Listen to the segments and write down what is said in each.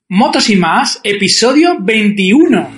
Motos y más, episodio 21.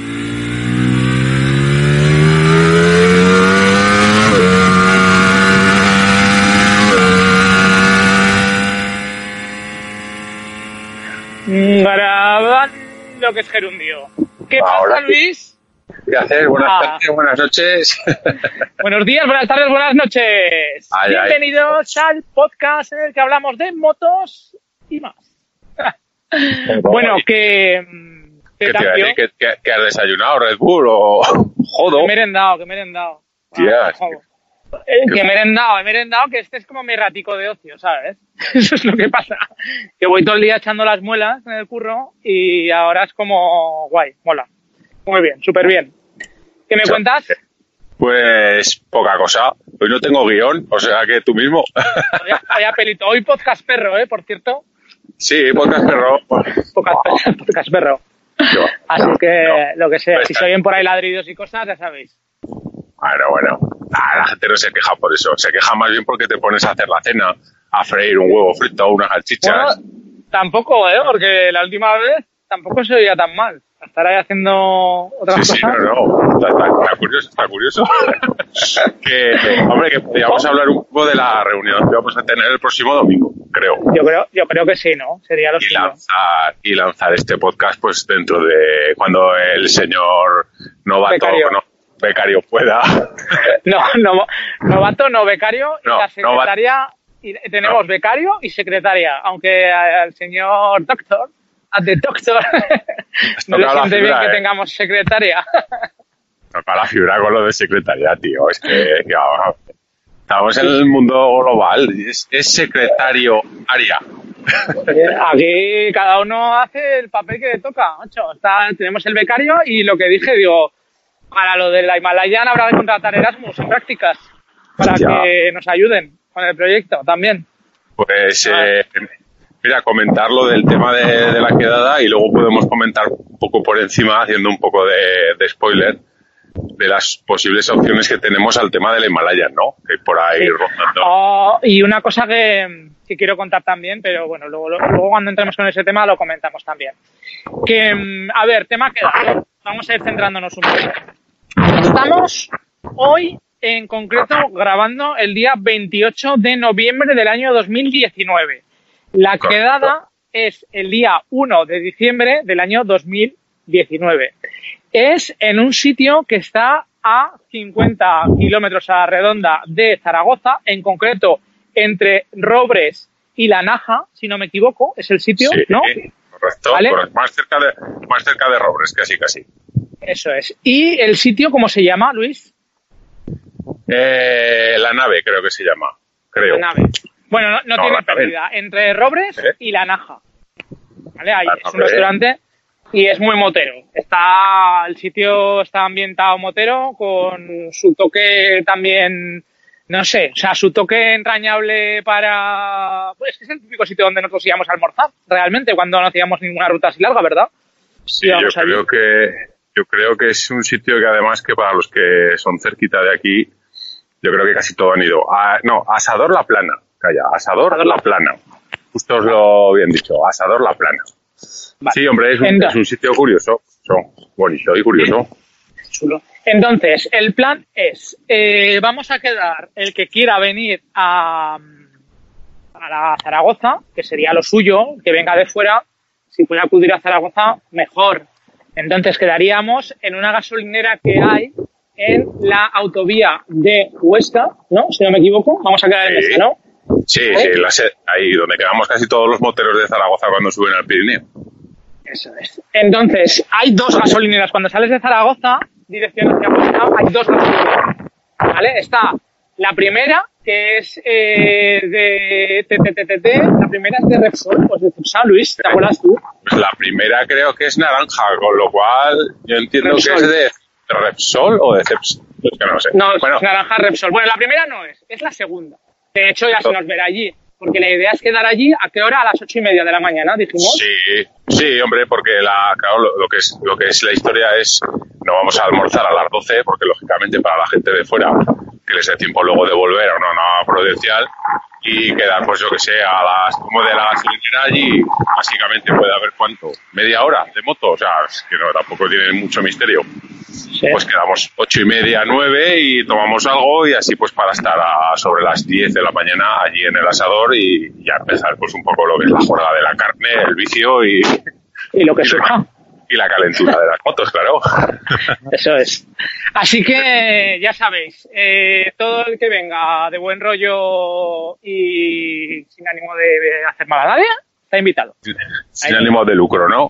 Grabando, que es gerundio. ¿Qué pasa, Luis? ¿Qué haces? Buenas tardes, buenas noches. Buenos días, buenas tardes, buenas noches. Bienvenidos al podcast en el que hablamos de motos y más. Bueno, ¿qué has desayunado? ¿Red Bull o jodo? Que me he merendado. Tía, que me he merendado, que este es como mi ratico de ocio, ¿sabes? Eso es lo que pasa. Que voy todo el día echando las muelas en el curro y ahora es como guay, mola. Muy bien, súper bien. ¿Qué me cuentas? Pues poca cosa. Hoy no tengo guión, o sea que tú mismo. Vaya pelito. Hoy podcast perro, por cierto. Sí, podcast perro. Podcast perro. Así que lo que sea. Si se oyen por ahí ladridos y cosas, ya sabéis. Bueno. La gente no se queja por eso. Se queja más bien porque te pones a hacer la cena, a freír un huevo frito o unas salchichas. Bueno, tampoco, porque la última vez tampoco se oía tan mal. Estar ahí haciendo otras cosas. Sí, no. Está curioso. que podríamos hablar un poco de la reunión que vamos a tener el próximo domingo, creo. Yo creo que sí, ¿no? Sería lo suyo. Y lanzar este podcast pues dentro de cuando el señor novato becario pueda. Novato, no becario. Y la secretaria. Tenemos becario y secretaria. Aunque al señor doctor. The Doctor. No le siente bien que tengamos secretaria. Toca la fibra con lo de secretaria, tío. Es que estamos en el mundo global. Es secretario área. Aquí cada uno hace el papel que le toca, macho. Tenemos el becario y lo que dije, para lo de la Himalayan habrá de contratar Erasmus en prácticas para que nos ayuden con el proyecto también. Pues... Mira, comentar lo del tema de la quedada y luego podemos comentar un poco por encima, haciendo un poco de spoiler, de las posibles opciones que tenemos al tema del Himalaya, ¿no? Que hay por ahí rozando. Y una cosa que quiero contar también, pero bueno, luego cuando entremos con ese tema lo comentamos también. Tema quedada. Vamos a ir centrándonos un poco. Estamos hoy, en concreto, grabando el día 28 de noviembre del año 2019. La quedada es el día 1 de diciembre del año 2019. Es en un sitio que está a 50 kilómetros a la redonda de Zaragoza, en concreto entre Robres y La Naja, si no me equivoco, es el sitio, sí, ¿no? Correcto, ¿Vale? Más cerca de Robres, casi. Eso es. ¿Y el sitio cómo se llama, Luis? La Nave, creo que se llama. Creo. La Nave. Bueno, no tiene pérdida. Entre Robres y La Naja. ¿Vale? Ahí es un restaurante y es muy motero. El sitio está ambientado motero con su toque también, no sé, o sea, su toque entrañable para... Pues es el típico sitio donde nosotros íbamos a almorzar, realmente, cuando no hacíamos ninguna ruta así larga, ¿verdad? Sí, yo creo que es un sitio que además que para los que son cerquita de aquí, yo creo que casi todos han ido. Asador La Plana. Asador La Plana. Justo os lo habían dicho, Asador La Plana. Vale. Sí, hombre, es un sitio curioso. Bonito y curioso. Chulo. Entonces, el plan es, vamos a quedar el que quiera venir a la Zaragoza, que sería lo suyo, que venga de fuera. Si puede acudir a Zaragoza, mejor. Entonces, quedaríamos en una gasolinera que hay en la autovía de Huesca, ¿no? Si no me equivoco. Vamos a quedar en esta, ¿no? Sí, ahí donde quedamos casi todos los moteros de Zaragoza cuando suben al Pirineo. Eso es. Entonces, hay dos gasolineras. Cuando sales de Zaragoza, dirección hacia Huesca, hay dos gasolineras. ¿Vale? Está la primera, que es de la primera es de Repsol, pues de Cepsa, Luis, ¿te acuerdas tú? Pues la primera creo que es naranja, con lo cual yo entiendo Repsol. Que es de Repsol o de Cepsa. Es que no lo sé. No, es naranja Repsol. Bueno, la primera no es la segunda. De hecho, ya se nos verá allí. Porque la idea es quedar allí, ¿a qué hora? A las 8:30 de la mañana, dijimos. Sí, hombre, porque claro, lo que es la historia es, no vamos a almorzar a las 12, porque lógicamente para la gente de fuera, que les dé tiempo luego de volver a una nueva prudencial, y quedar, pues yo que sé, como de la gasolinera allí, básicamente puede haber ¿cuánto? ¿Media hora de moto? O sea, es que no, tampoco tiene mucho misterio. Sí. Pues quedamos 8:30, 9 y tomamos algo y así pues para estar sobre las 10 de la mañana allí en el asador y ya empezar pues un poco lo que es la jornada de la carne, el vicio y lo que suena. Y la calentura de las motos, claro. Eso es. Así que ya sabéis, todo el que venga de buen rollo y sin ánimo de hacer mala nadie, está invitado. Sin ánimo de lucro, ¿no?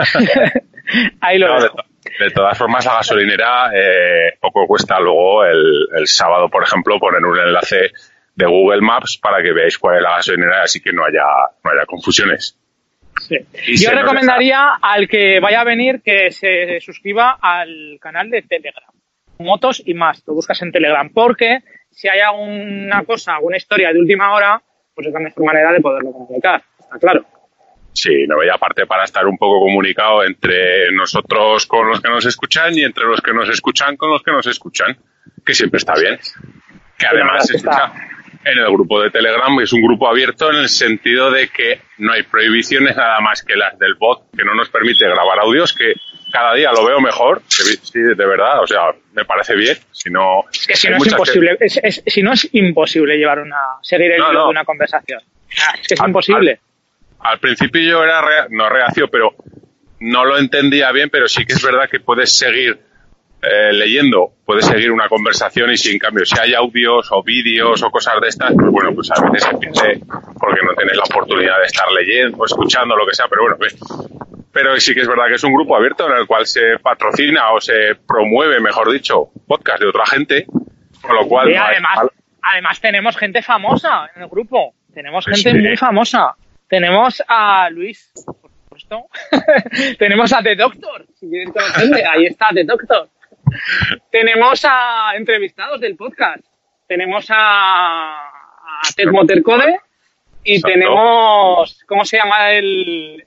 Ahí lo dejo. De todas formas, la gasolinera poco cuesta luego el sábado, por ejemplo, poner un enlace de Google Maps para que veáis cuál es la gasolinera, así que no haya confusiones. Sí. Yo recomendaría al que vaya a venir que se suscriba al canal de Telegram. Motos y más, lo buscas en Telegram, porque si hay alguna cosa, alguna historia de última hora, pues es la mejor manera de poderlo comunicar, está claro. Sí, no, y aparte para estar un poco comunicado entre nosotros con los que nos escuchan y entre los que nos escuchan con los que nos escuchan, que siempre está bien. Que además se escucha en el grupo de Telegram, es un grupo abierto en el sentido de que no hay prohibiciones nada más que las del bot, que no nos permite grabar audios, que cada día lo veo mejor, sí, de verdad, o sea, me parece bien, si no... Es que si no es imposible, si no es imposible seguir el hilo de una conversación. Es que es imposible. Al principio yo era no reacio, pero no lo entendía bien, pero sí que es verdad que puedes seguir leyendo, puedes seguir una conversación y si en cambio si hay audios o vídeos o cosas de estas, pues bueno, pues a veces se pierde porque no tienes la oportunidad de estar leyendo o escuchando lo que sea, pero bueno, pues, pero sí que es verdad que es un grupo abierto en el cual se patrocina o se promueve, mejor dicho, podcast de otra gente, con lo cual... Sí, además tenemos gente famosa en el grupo, tenemos gente muy famosa. Tenemos a Luis, por supuesto. Tenemos a The Doctor, si quieres conocerle, ahí está The Doctor. Tenemos a entrevistados del podcast. Tenemos a Ted Motorcode y exacto. Tenemos, ¿cómo se llama el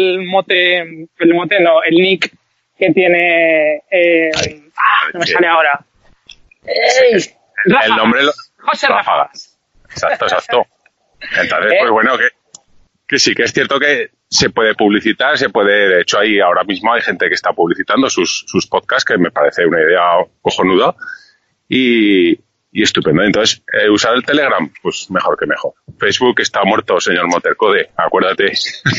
nick que tiene? No me sale ahora. El nombre José Ráfagas. Exacto. Entonces, pues bueno, que sí, que es cierto que se puede publicitar, de hecho ahora mismo hay gente que está publicitando sus podcasts, que me parece una idea cojonuda y estupendo. Entonces, usar el Telegram, pues mejor que mejor. Facebook está muerto, señor Motorcode, acuérdate.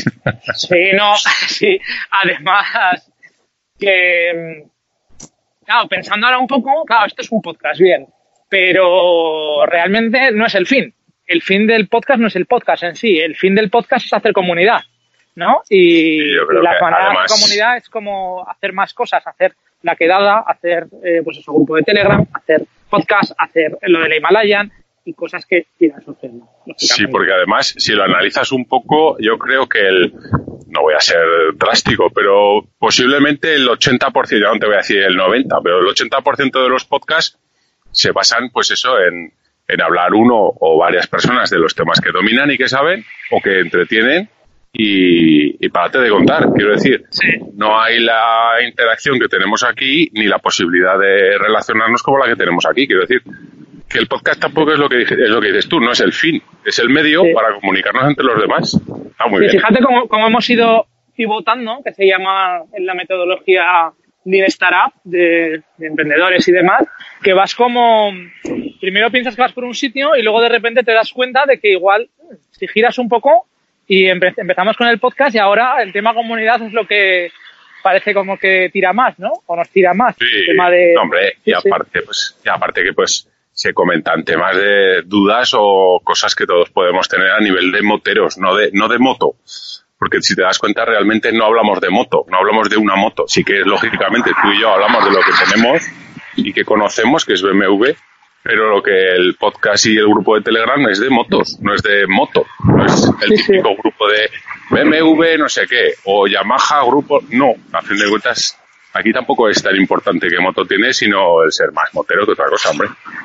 Sí, además que, claro, pensando ahora un poco, claro, esto es un podcast, bien, pero realmente no es el fin. El fin del podcast no es el podcast en sí, el fin del podcast es hacer comunidad, ¿no? Y la manera de hacer comunidad es como hacer más cosas, hacer la quedada, hacer pues eso, grupo de Telegram, hacer podcast, hacer lo de la Himalayan y cosas que irán surgiendo. Sí, porque además, si lo analizas un poco, yo creo que no voy a ser drástico, pero posiblemente el 80%, ya no te voy a decir el 90%, pero el 80% de los podcasts se basan, pues eso, en hablar uno o varias personas de los temas que dominan y que saben o que entretienen y párate de contar, quiero decir, no hay la interacción que tenemos aquí ni la posibilidad de relacionarnos como la que tenemos aquí, quiero decir que el podcast tampoco es lo que dices tú, no es el fin, es el medio para comunicarnos entre los demás. Está muy bien. Fíjate cómo hemos ido pivotando, que se llama en la metodología Lean Startup de emprendedores y demás, que vas como primero piensas que vas por un sitio y luego de repente te das cuenta de que igual si giras un poco y empezamos con el podcast y ahora el tema comunidad es lo que parece como que tira más, ¿no? O nos tira más. Sí, el tema de... hombre, y aparte que pues se comentan temas de dudas o cosas que todos podemos tener a nivel de moteros, no de moto. Porque si te das cuenta, realmente no hablamos de moto, no hablamos de una moto. Sí que, lógicamente, tú y yo hablamos de lo que tenemos y que conocemos, que es BMW, pero lo que el podcast y el grupo de Telegram es de motos, no es de moto. No es el típico grupo de BMW no sé qué, o Yamaha grupo... No, a fin de cuentas, aquí tampoco es tan importante qué moto tienes, sino el ser más motero que otra cosa, hombre.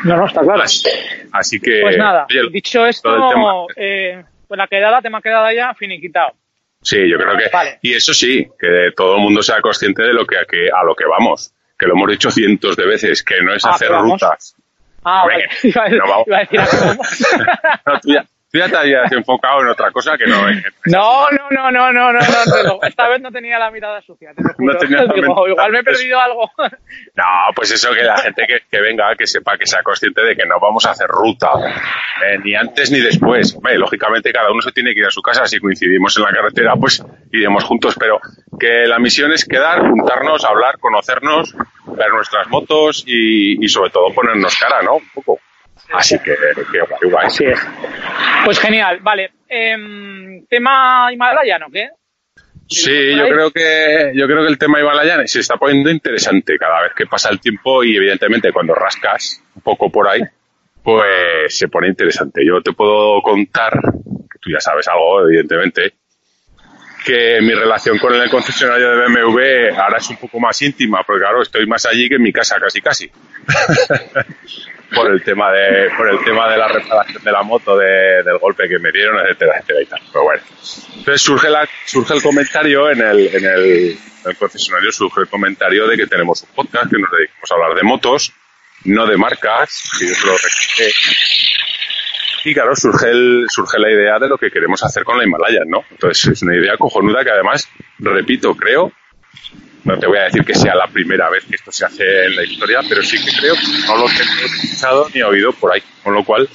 No, está claro. Así que... Pues nada, oye, dicho esto, pues la tema quedada ya finiquitado. Sí, yo creo que... Vale. Y eso sí, que todo el mundo sea consciente de lo que a lo que vamos. Que lo hemos dicho cientos de veces, que no es hacer rutas. Vale. Iba a decir a qué vamos. No, tú ya te habías enfocado en otra cosa que no... No. Esta vez no tenía la mirada sucia, te lo juro. No tenía Digo, igual me he perdido algo. No, pues eso, que la gente que venga, que sepa, que sea consciente de que no vamos a hacer ruta, ni antes ni después. Lógicamente cada uno se tiene que ir a su casa, si coincidimos en la carretera, pues iremos juntos, pero que la misión es quedar, juntarnos, hablar, conocernos, ver nuestras motos y sobre todo ponernos cara, ¿no? Un poco. Así que guay. Así es. Pues genial, vale. ¿Tema Himalaya, no qué? Sí, yo creo que el tema Himalaya se está poniendo interesante cada vez que pasa el tiempo y evidentemente cuando rascas un poco por ahí, pues se pone interesante. Yo te puedo contar, que tú ya sabes algo, evidentemente, que mi relación con el concesionario de BMW ahora es un poco más íntima, porque claro, estoy más allí que en mi casa casi. por el tema de la reparación de la moto, del golpe que me dieron, etcétera y tal. Pero bueno, entonces surge el comentario en el concesionario, surge el comentario de que tenemos un podcast que nos dedicamos a hablar de motos, no de marcas, que yo se lo recordé. Y claro, surge la idea de lo que queremos hacer con la Himalaya, ¿no? Entonces es una idea cojonuda que además, repito, creo, no te voy a decir que sea la primera vez que esto se hace en la historia, pero sí que creo que no lo tengo escuchado ni oído por ahí. Con lo cual,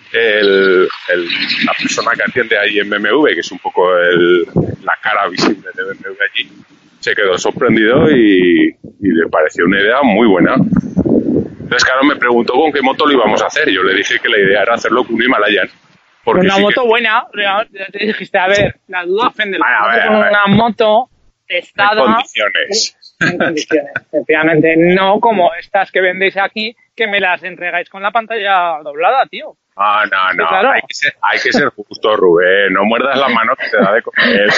la persona que atiende ahí en BMW, que es un poco la cara visible de BMW allí, se quedó sorprendido y le pareció una idea muy buena. Entonces, claro, me preguntó con qué moto lo íbamos a hacer. Yo le dije que la idea era hacerlo con un Himalayan. Una moto buena, te dijiste, a ver, la duda ofende. Una moto testada en condiciones. En condiciones, efectivamente. No como estas que vendéis aquí, que me las entregáis con la pantalla doblada, tío. No. Claro. Hay que ser justo, Rubén. No muerdas la mano que te da de comer.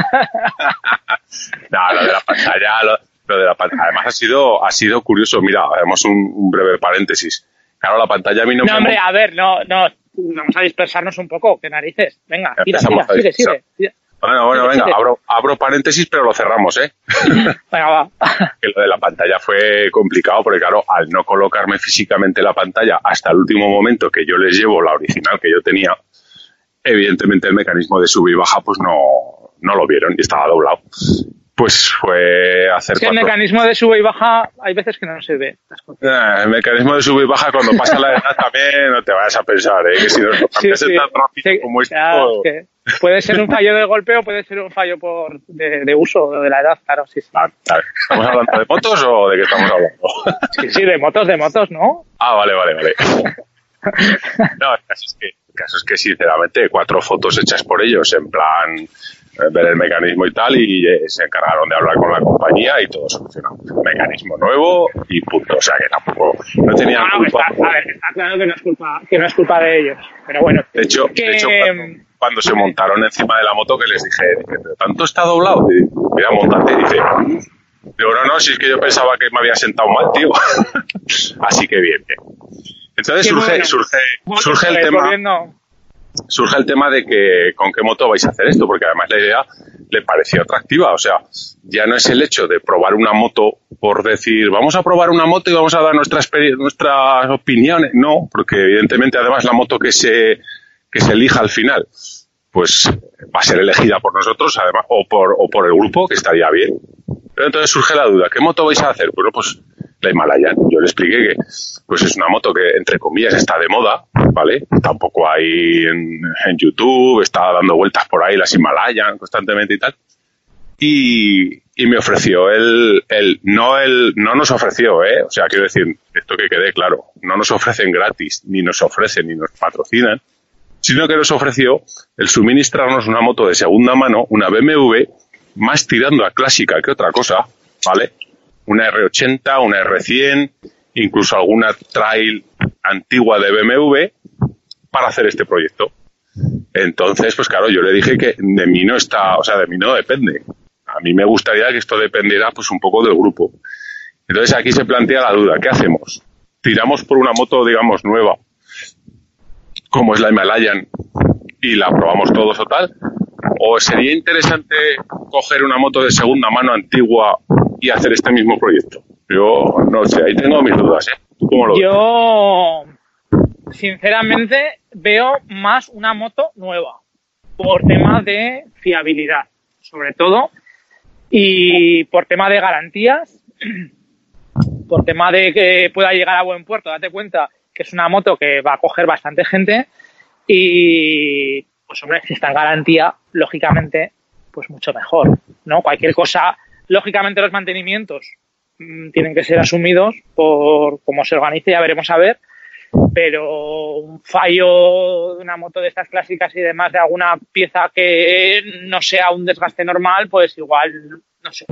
No, lo de la pantalla... Además ha sido curioso. Mira, haremos un breve paréntesis. Claro, la pantalla a mí no me... No, hombre, a ver, no. Vamos a dispersarnos un poco. ¿Qué narices? Venga, sigue. Bueno, venga, abro paréntesis, pero lo cerramos, ¿eh? Venga, va. Que lo de la pantalla fue complicado, porque claro, al no colocarme físicamente la pantalla hasta el último momento que yo les llevo la original que yo tenía, evidentemente el mecanismo de sub y baja pues no lo vieron y estaba doblado. Pues fue hacer... Es que el mecanismo de sube y baja hay veces que no se ve. El mecanismo de sube y baja cuando pasa la edad también no te vayas a pensar, que si nos lo cambias tan rápido como esto... Claro, es que puede ser un fallo de golpe o puede ser un fallo de uso de la edad, claro, sí. Vale. ¿Estamos hablando de motos o de qué estamos hablando? Sí, de motos, ¿no? Vale. No, el caso es que sinceramente 4 fotos hechas por ellos en plan... ver el mecanismo y tal, y se encargaron de hablar con la compañía y todo solucionado. Mecanismo nuevo y punto. O sea que tampoco no tenían culpa. Está claro que no es culpa de ellos, pero bueno. De hecho cuando se montaron encima de la moto, que les dije, ¿pero tanto está doblado? Y mira, montate, y dice, digo, no, si es que yo pensaba que me había sentado mal, tío. Así que bien. Entonces surge el tema. Surge el tema de que con qué moto vais a hacer esto, porque además la idea le pareció atractiva. O sea, ya no es el hecho de probar una moto por decir, vamos a probar una moto y vamos a dar nuestras opiniones. No, porque evidentemente además la moto que se elija al final, pues va a ser elegida por nosotros, además, o por el grupo, que estaría bien. Pero entonces surge la duda, ¿qué moto vais a hacer? Bueno, pues la Himalayan. Yo le expliqué que pues es una moto que, entre comillas, está de moda, ¿vale? Nos hay en YouTube, está dando vueltas por ahí las Himalayan constantemente y tal. Y me ofreció no nos ofreció, o sea, quiero decir, esto que quede claro, no nos ofrecen gratis, ni nos ofrecen, ni nos patrocinan, sino que nos ofreció el suministrarnos una moto de segunda mano, una BMW, más tirando a clásica que otra cosa, ¿vale? Una R80, una R100, incluso alguna trail antigua de BMW para hacer este proyecto. Entonces, pues claro, yo le dije que de mí no depende. A mí me gustaría que esto dependiera pues un poco del grupo. Entonces aquí se plantea la duda, ¿qué hacemos? tiramos por una moto, digamos, nueva, como es la Himalayan, y la probamos todos o tal, o sería interesante coger una moto de segunda mano antigua y hacer este mismo proyecto. Yo no sé, ahí tengo mis dudas, ¿eh? ¿Tú cómo lo ves? Yo, sinceramente, veo más una moto nueva, por tema de fiabilidad, sobre todo, y por tema de garantías, por tema de que pueda llegar a buen puerto. Date cuenta que es una moto que va a coger bastante gente y, pues hombre, si está en garantía, lógicamente, pues mucho mejor, ¿no? Cualquier cosa, lógicamente los mantenimientos tienen que ser asumidos por cómo se organice, ya veremos a ver, pero un fallo de una moto de estas clásicas y demás, de alguna pieza que no sea un desgaste normal, pues igual, no sé.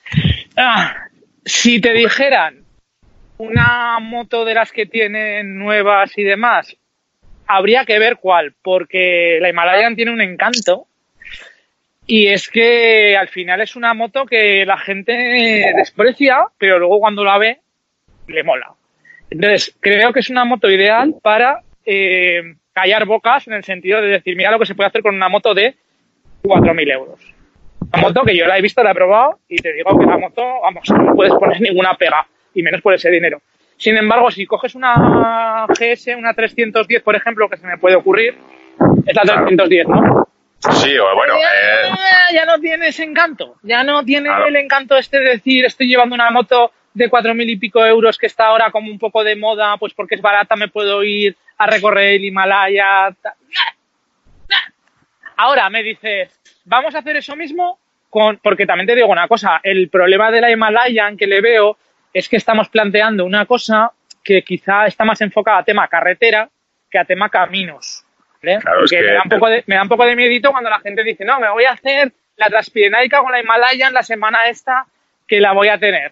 Si te dijeran una moto de las que tienen nuevas y demás, habría que ver cuál, porque la Himalayan tiene un encanto y es que al final es una moto que la gente desprecia, pero luego cuando la ve, le mola. Entonces, creo que es una moto ideal para callar bocas, en el sentido de decir, mira lo que se puede hacer con una moto de 4.000 euros. Una moto que yo la he visto, la he probado, y te digo que la moto, vamos, no puedes poner ninguna pega, y menos por ese dinero. Sin embargo, si coges una GS, una 310, por ejemplo, que se me puede ocurrir, es la 310, ¿no? Sí, o bueno... Ya no tiene ese encanto, ya no tiene el encanto de decir, estoy llevando una moto de 4.000 y pico euros que está ahora como un poco de moda, pues porque es barata, me puedo ir a recorrer el Himalaya. Ahora me dices, vamos a hacer eso mismo porque también te digo una cosa, el problema de la Himalayan que le veo es que estamos planteando una cosa que quizá está más enfocada a tema carretera que a tema caminos, ¿vale? Claro, porque es que... me da un poco de miedito cuando la gente dice, no, me voy a hacer la Transpirenaica con la Himalayan la semana esta que la voy a tener.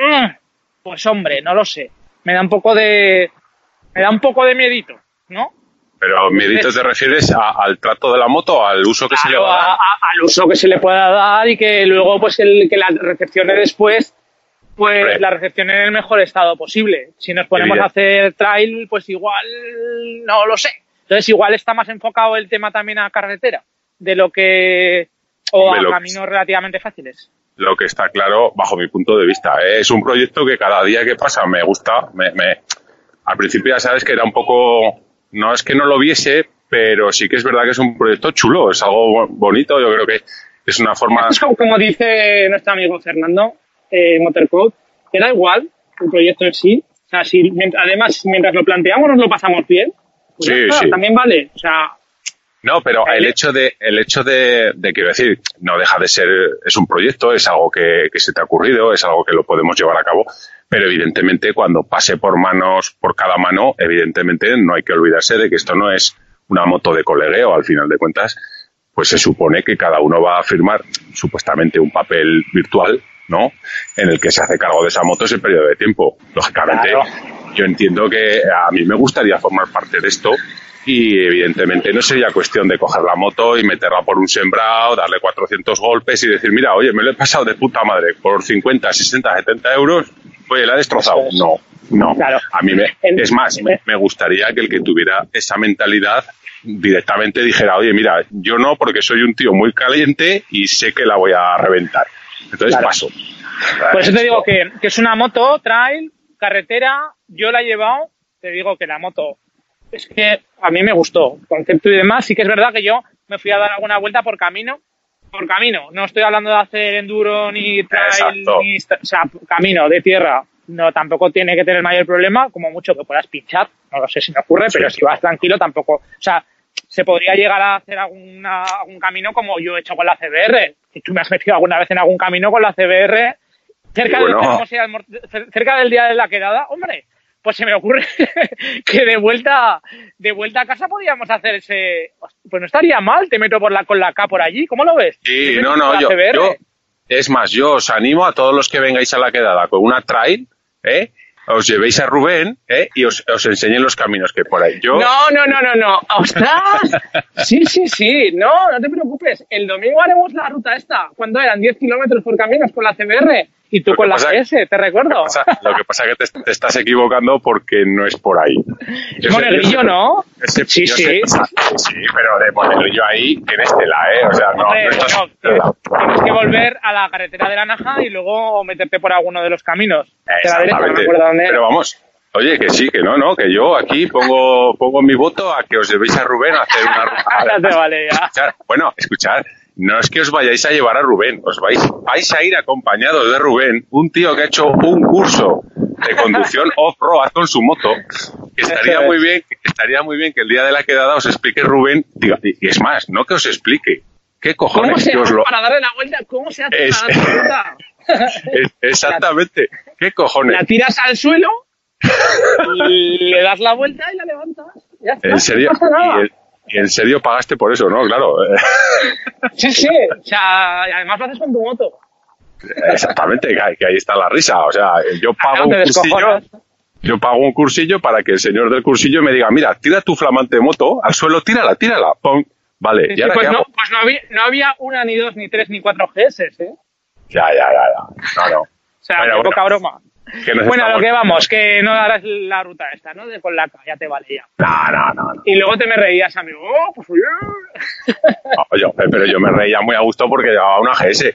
Pues hombre, no lo sé. Me da un poco de miedito, ¿no? Pero miedito te refieres al trato de la moto, al uso que se le va a dar. Al uso que se le pueda dar y que luego pues que la recepcione después, pues Hombre. la recepcione en el mejor estado posible. Si nos ponemos a hacer trail, pues igual no lo sé. Entonces igual está más enfocado el tema también a carretera de lo que o a caminos relativamente fáciles. Lo que está claro, bajo mi punto de vista, es un proyecto que cada día que pasa me gusta. Al principio ya sabes que era un poco, no es que no lo viese, pero sí que es verdad que es un proyecto chulo, es algo bonito. Yo creo que es una forma... Es como dice nuestro amigo Fernando, Motorcode, que da igual el proyecto en sí. O sea, además, mientras lo planteamos nos lo pasamos bien, pues sí. También vale. O sea... No, pero el hecho de quiero decir, no deja de ser, es un proyecto, es algo que se te ha ocurrido, es algo que lo podemos llevar a cabo, pero evidentemente cuando pase por cada mano, evidentemente no hay que olvidarse de que esto no es una moto de colegueo. Al final de cuentas, pues se supone que cada uno va a firmar supuestamente un papel virtual, ¿no? En el que se hace cargo de esa moto ese periodo de tiempo. Lógicamente, Yo entiendo que a mí me gustaría formar parte de esto. Y evidentemente no sería cuestión de coger la moto y meterla por un sembrado, darle 400 golpes y decir, mira, oye, me lo he pasado de puta madre por 50, 60, 70 euros, oye, la he destrozado. No. Claro. A mí me gustaría que el que tuviera esa mentalidad directamente dijera, oye, mira, yo no, porque soy un tío muy caliente y sé que la voy a reventar. Entonces paso. Por eso te digo que es una moto, trail, carretera, yo la he llevado, te digo que la moto... Es que a mí me gustó, concepto y demás. Sí que es verdad que yo me fui a dar alguna vuelta por camino. No estoy hablando de hacer enduro ni trail, o sea, camino de tierra. No, tampoco tiene que tener mayor problema, como mucho que puedas pinchar. No lo sé si me ocurre, pero si vas tranquilo tampoco. O sea, se podría llegar a hacer algún camino como yo he hecho con la CBR. Si tú me has metido alguna vez en algún camino con la CBR, cerca del día de la quedada, hombre, pues se me ocurre que de vuelta a casa podríamos hacer ese... Pues no estaría mal, te meto con la K por allí, ¿cómo lo ves? Sí, yo es más, yo os animo a todos los que vengáis a la quedada con una trail, os llevéis a Rubén y os enseñen los caminos que hay por ahí. Yo... No. ¡Ostras! Sí. No te preocupes. El domingo haremos la ruta esta. ¿Cuándo eran? 10 kilómetros por caminos con la CBR. Y tú con la GS, te recuerdo. Lo que pasa es que te estás equivocando porque no es por ahí. Monegrillo, ¿no? Sí, pero de Monegrillo ahí tienes tela, O sea, tienes que volver a la carretera de la Naja y luego meterte por alguno de los caminos. Exactamente. No me acuerdo dónde. Pero vamos, oye, que sí, que no, que yo aquí pongo mi voto a que os llevéis a Rubén a hacer una ruta. Ya te vale, ya. Escuchad. No es que os vayáis a llevar a Rubén, vais a ir acompañados de Rubén, un tío que ha hecho un curso de conducción off-road con su moto, que estaría muy bien que el día de la quedada os explique Rubén, y es más, no que os explique, ¿qué cojones? ¿Cómo se hace para darle la vuelta? ¿Cómo se hace para darle la vuelta? Exactamente, ¿qué cojones? La tiras al suelo, le das la vuelta y la levantas. Ya está, ¿En serio? No pasa nada. Y en serio pagaste por eso, ¿no? Claro. Sí. O sea, además lo haces con tu moto. Exactamente, que ahí está la risa. O sea, yo pago un cursillo para que el señor del cursillo me diga, mira, tira tu flamante moto al suelo, tírala. ¡Pum! Vale. Sí, pues no había una, ni dos, ni tres, ni cuatro GS, ¿eh? Ya. No. O sea, poca broma. Bueno, a lo que vamos, que no harás la ruta esta, ¿no? De con laca, ya te vale ya. No. Y luego te me reías, amigo. Pues oye, pero yo me reía muy a gusto porque llevaba una GS.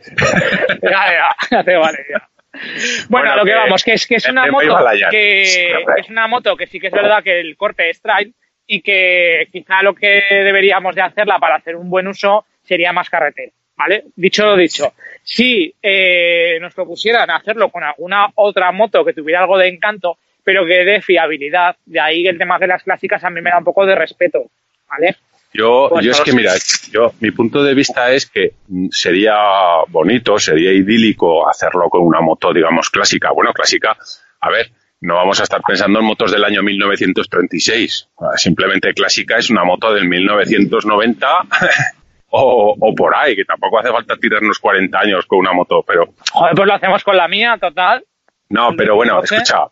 ya te vale ya. Bueno, a lo que vamos, que es una moto es una moto que sí que es verdad que el corte es trail y que quizá lo que deberíamos de hacerla para hacer un buen uso sería más carretera. ¿Vale? Dicho lo dicho, si nos propusieran hacerlo con alguna otra moto que tuviera algo de encanto, pero que dé fiabilidad, de ahí el tema de las clásicas a mí me da un poco de respeto, ¿vale? Mi punto de vista es que sería bonito, sería idílico hacerlo con una moto, digamos, clásica. Bueno, clásica, a ver, no vamos a estar pensando en motos del año 1936. Simplemente clásica es una moto del 1990... O por ahí, que tampoco hace falta tirarnos 40 años con una moto, pero... Joder, pues lo hacemos con la mía, total. No, pero bueno, escucha.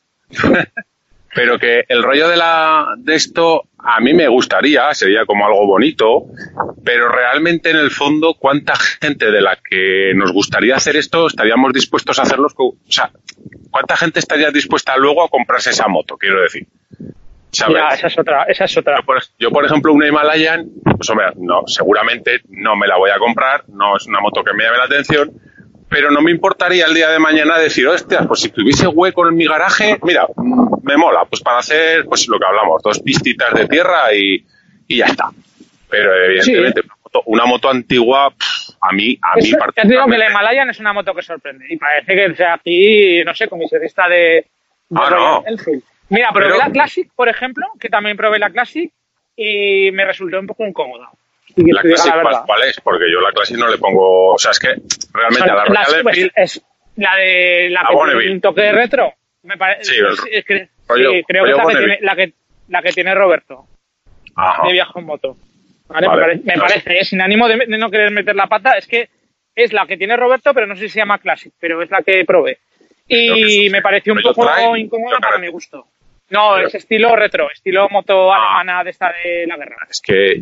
Pero que el rollo de esto a mí me gustaría, sería como algo bonito, pero realmente en el fondo, ¿cuánta gente de la que nos gustaría hacer esto estaríamos dispuestos a hacerlos? O sea, ¿cuánta gente estaría dispuesta luego a comprarse esa moto, quiero decir? ¿Sabes? Ya, esa es otra. Yo, por ejemplo, una Himalayan, pues hombre, no, seguramente no me la voy a comprar, no es una moto que me llame la atención, pero no me importaría el día de mañana decir, hostia, pues si tuviese hueco en mi garaje, mira, me mola, pues para hacer, pues lo que hablamos, 2 pistitas de tierra y ya está. Pero evidentemente, una moto antigua, a mí particularmente... Ya te digo que la Himalayan es una moto que sorprende, y parece que sea aquí, no sé, comisionista de no. Enfield. Mira, probé la Classic, por ejemplo, que también probé la Classic y me resultó un poco incómoda. ¿La Classic cuál es? Porque yo la Classic no le pongo... O sea, es que realmente a la Royal Enfield... Es la de la que tiene un toque de retro. Me parece, creo que es la que tiene Roberto. Ajá. De viaje en moto. ¿Vale? Me parece, sin ánimo de no querer meter la pata, es que es la que tiene Roberto, pero no sé si se llama Classic, pero es la que probé. Y me pareció un poco incómoda para mi gusto. No, es estilo retro, estilo moto alemana de esta de la guerra. Es que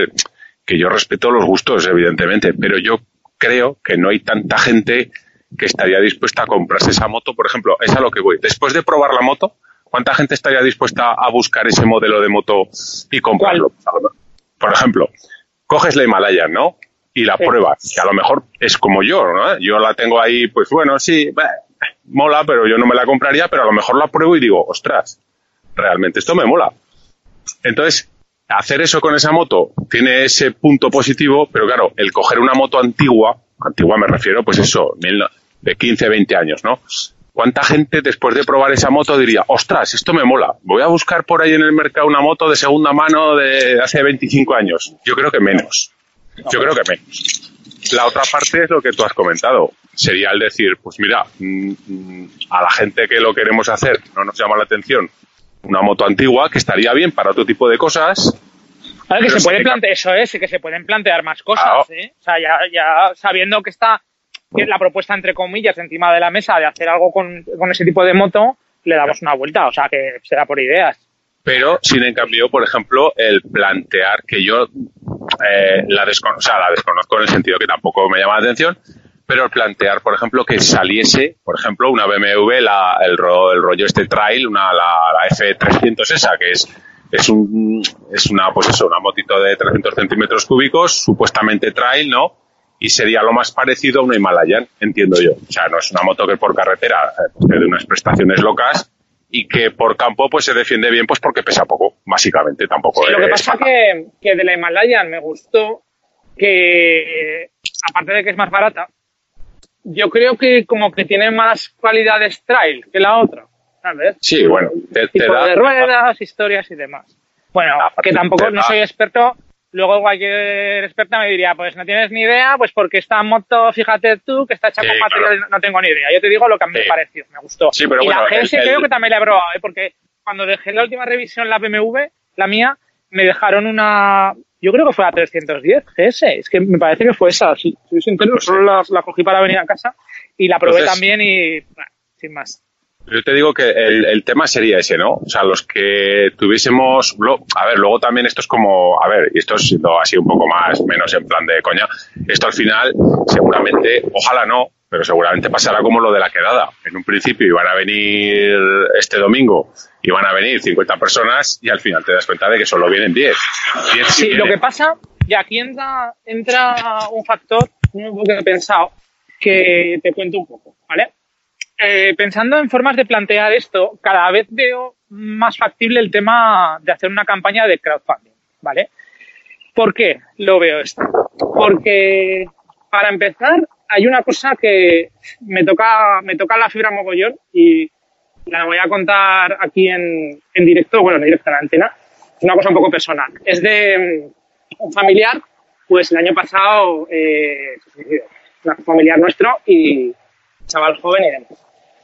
yo respeto los gustos, evidentemente, pero yo creo que no hay tanta gente que estaría dispuesta a comprarse esa moto. Por ejemplo, es a lo que voy. Después de probar la moto, ¿cuánta gente estaría dispuesta a buscar ese modelo de moto y comprarlo? ¿Cuál? Por ejemplo, coges la Himalayan, ¿no? Y la pruebas, que a lo mejor es como yo, ¿no? Yo la tengo ahí, pues bueno, sí, mola, pero yo no me la compraría, pero a lo mejor la pruebo y digo, ostras, realmente esto me mola. Entonces, hacer eso con esa moto tiene ese punto positivo, pero claro, el coger una moto antigua me refiero, pues eso, de 15, 20 años, ¿no? ¿Cuánta gente después de probar esa moto diría, ostras, esto me mola, voy a buscar por ahí en el mercado una moto de segunda mano de hace 25 años? Yo creo que menos. La otra parte es lo que tú has comentado. Sería el decir, pues mira, a la gente que lo queremos hacer no nos llama la atención una moto antigua, que estaría bien para otro tipo de cosas. Claro, que se puede plantear, eso es, que se pueden plantear más cosas, claro. O sea, ya sabiendo que está la propuesta, entre comillas, encima de la mesa de hacer algo con ese tipo de moto, le damos una vuelta, o sea que será por ideas. Pero, sin en cambio, por ejemplo, el plantear que yo la desconozco en el sentido que tampoco me llama la atención, pero el plantear, por ejemplo, que saliese, por ejemplo, una BMW, el rollo trail, la F300 esa, que es una, pues eso, una motito de 300 centímetros cúbicos, supuestamente trail, ¿no? Y sería lo más parecido a una Himalayan, entiendo yo. O sea, no es una moto que por carretera te dé unas prestaciones locas, y que por campo pues se defiende bien pues porque pesa poco, básicamente, tampoco sí, lo que pasa que de la Himalayan me gustó que, aparte de que es más barata, yo creo que como que tiene más cualidades trail que la otra, ¿sabes? Sí, bueno, tipo de ruedas, historias y demás. Bueno, que tampoco, no soy experto. Luego cualquier experta me diría, pues no tienes ni idea, pues porque esta moto, fíjate tú, que está hecha con material, claro. No tengo ni idea. Yo te digo lo que a mí me pareció, me gustó. Sí, pero y bueno, la GS creo que también la he probado, porque cuando dejé la última revisión la BMW, la mía, me dejaron una, yo creo que fue la 310 GS, es que me parece que fue esa, si soy sincero, solo la cogí para venir a casa y la probé también y, bueno, sin más. Yo te digo que el tema sería ese, ¿no? O sea, los que tuviésemos... A ver, luego también esto es como... A ver, y esto es siendo así un poco menos en plan de coña. Esto al final, seguramente, ojalá no, pero seguramente pasará como lo de la quedada. En un principio iban a venir este domingo, iban a venir 50 personas y al final te das cuenta de que solo vienen 10. Sí, lo que pasa, y aquí entra un factor, un poco que he pensado, que te cuento un poco, ¿vale? Pensando en formas de plantear esto, cada vez veo más factible el tema de hacer una campaña de crowdfunding, ¿vale? ¿Por qué lo veo esto? Porque, para empezar, hay una cosa que me toca la fibra mogollón y la voy a contar aquí en directo, bueno, en directo en la antena. Es una cosa un poco personal. Es de un familiar, pues el año pasado, un familiar nuestro y chaval joven y demás.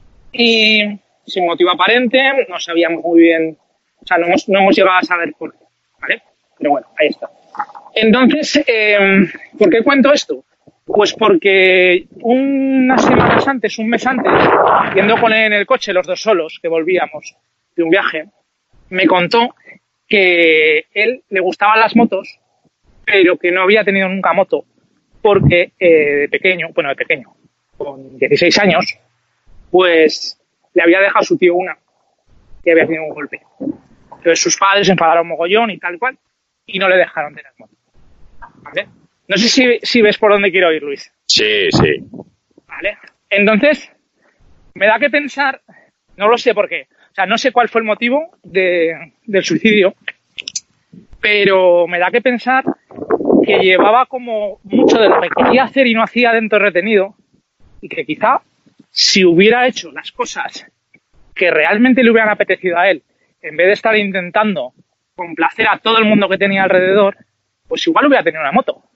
Y sin motivo aparente, no sabíamos muy bien, o sea, no hemos llegado a saber por qué, ¿vale? Pero bueno, ahí está. Entonces, ¿por qué cuento esto? Pues porque unas semanas antes, un mes antes, yendo con él en el coche, los dos solos, que volvíamos de un viaje, me contó que él le gustaban las motos, pero que no había tenido nunca moto, porque de pequeño, con 16 años, pues le había dejado su tío una y había tenido un golpe. Entonces sus padres se enfadaron mogollón y tal cual y no le dejaron tener moto. ¿Vale? No sé si ves por dónde quiero ir, Luis. Sí. Vale. Entonces, me da que pensar, no lo sé por qué, o sea, no sé cuál fue el motivo del suicidio, pero me da que pensar que llevaba como mucho de lo que quería hacer y no hacía dentro retenido y que quizá si hubiera hecho las cosas que realmente le hubieran apetecido a él, en vez de estar intentando complacer a todo el mundo que tenía alrededor, pues igual hubiera tenido una moto.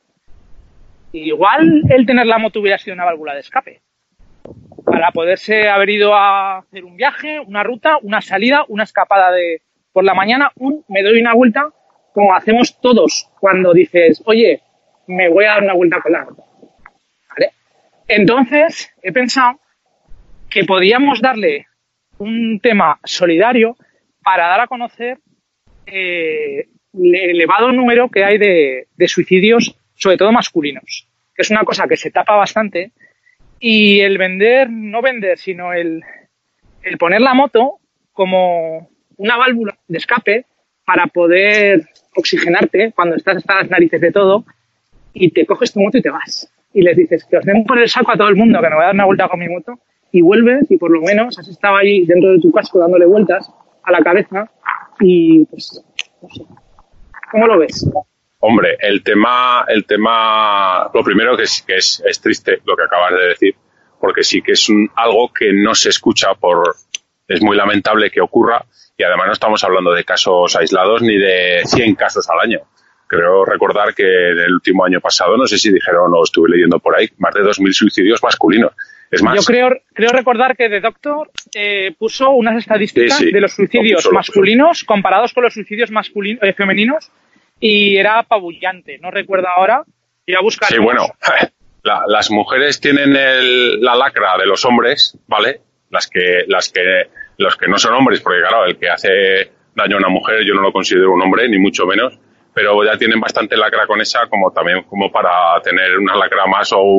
Y igual el tener la moto hubiera sido una válvula de escape. Para poderse haber ido a hacer un viaje, una ruta, una salida, una escapada por la mañana, me doy una vuelta, como hacemos todos cuando dices, oye, me voy a dar una vuelta con la moto. ¿Vale? Entonces, he pensado que podíamos darle un tema solidario para dar a conocer el elevado número que hay de suicidios, sobre todo masculinos, que es una cosa que se tapa bastante, y el no vender, sino el poner la moto como una válvula de escape para poder oxigenarte cuando estás hasta las narices de todo y te coges tu moto y te vas. Y les dices que os den por el saco a todo el mundo que me voy a dar una vuelta con mi moto, y vuelves y por lo menos has estado ahí dentro de tu casco dándole vueltas a la cabeza y pues no sé. ¿Cómo lo ves? Hombre, el tema, lo primero que es triste lo que acabas de decir, porque sí que es algo que no se escucha es muy lamentable que ocurra y además no estamos hablando de casos aislados ni de 100 casos al año. Creo recordar que en el último año pasado, no sé si dijeron o estuve leyendo por ahí, más de 2.000 suicidios masculinos. Es más, yo creo recordar que The Doctor puso unas estadísticas de los suicidios masculinos comparados con los suicidios femeninos y era apabullante. No recuerdo ahora. Ir a buscar. Sí, bueno, las mujeres tienen la lacra de los hombres, ¿vale? Las que los que no son hombres, porque claro, el que hace daño a una mujer yo no lo considero un hombre, ni mucho menos, pero ya tienen bastante lacra con esa como también como para tener una lacra más o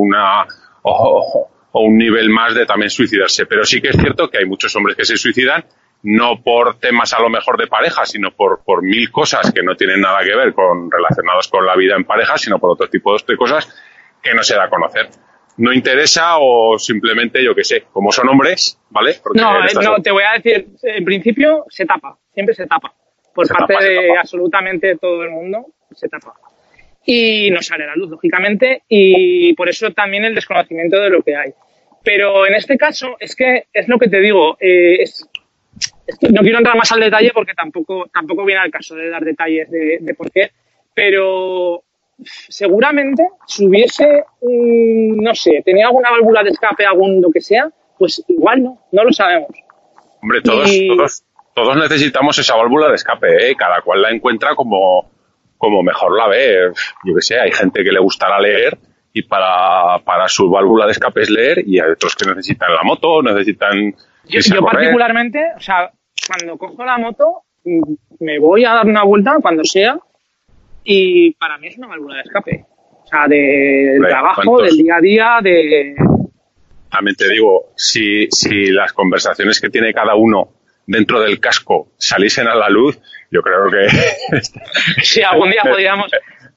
un nivel más de también suicidarse. Pero sí que es cierto que hay muchos hombres que se suicidan, no por temas a lo mejor de pareja, sino por mil cosas que no tienen nada que ver con relacionados con la vida en pareja, sino por otro tipo de cosas que no se da a conocer. No interesa o simplemente, yo qué sé, como son hombres, ¿vale? Porque no, te voy a decir, en principio se tapa, siempre se tapa. Por parte de absolutamente todo el mundo, se tapa. Y no sale a la luz, lógicamente, y por eso también el desconocimiento de lo que hay. Pero en este caso, es que es lo que te digo, es que no quiero entrar más al detalle porque tampoco viene al caso de dar detalles de por qué, pero seguramente si hubiese, no sé, tenía alguna válvula de escape, algún lo que sea, pues igual no lo sabemos. Hombre, todos necesitamos esa válvula de escape, ¿eh? Cada cual la encuentra como mejor la ve. Yo qué sé, hay gente que le gustará leer y para su válvula de escape es leer, y hay otros que necesitan la moto, necesitan... Yo particularmente, o sea, cuando cojo la moto, me voy a dar una vuelta cuando sea, y para mí es una válvula de escape. O sea, del trabajo, del día a día, de... También te digo, si las conversaciones que tiene cada uno dentro del casco saliesen a la luz, yo creo que... Sí, algún día podríamos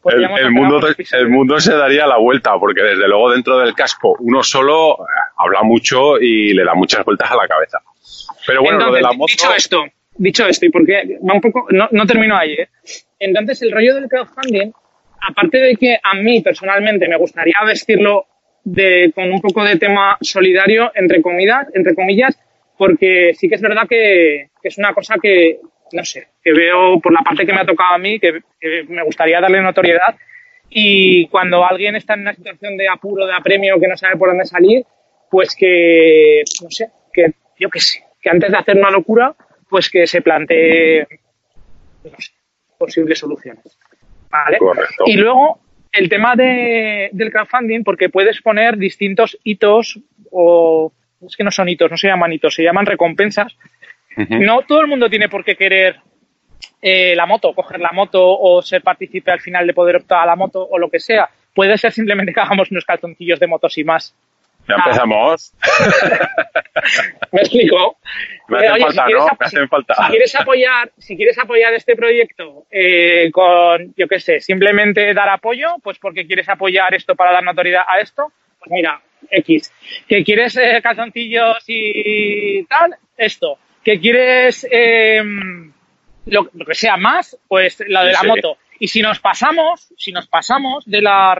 el mundo se daría la vuelta, porque desde luego dentro del casco uno solo habla mucho y le da muchas vueltas a la cabeza. Pero bueno, entonces, lo de la moto... Dicho esto, y porque va un poco, no termino ahí, ¿eh? Entonces, el rollo del crowdfunding, aparte de que a mí personalmente me gustaría vestirlo con un poco de tema solidario, entre comillas, porque sí que es verdad que es una cosa que, no sé, que veo por la parte que me ha tocado a mí, que me gustaría darle notoriedad, y cuando alguien está en una situación de apuro, de apremio, que no sabe por dónde salir, pues que, no sé, que yo qué sé, que antes de hacer una locura, pues que se plantee, no sé, posibles soluciones. ¿Vale? Correcto. Y luego, el tema del crowdfunding, porque puedes poner distintos hitos, o es que no son hitos, no se llaman hitos, se llaman recompensas. Uh-huh. No todo el mundo tiene por qué querer la moto, coger la moto o ser partícipe al final de poder optar a la moto o lo que sea. Puede ser simplemente que hagamos unos calzoncillos de motos y más. Ya empezamos. ¿Me explico? Me hacen falta. Si quieres apoyar este proyecto con, yo qué sé, simplemente dar apoyo, pues porque quieres apoyar esto para dar notoriedad a esto, pues mira, X. Que quieres calzoncillos y tal, esto. Que quieres lo que sea más, pues la de la moto. Y si nos pasamos de la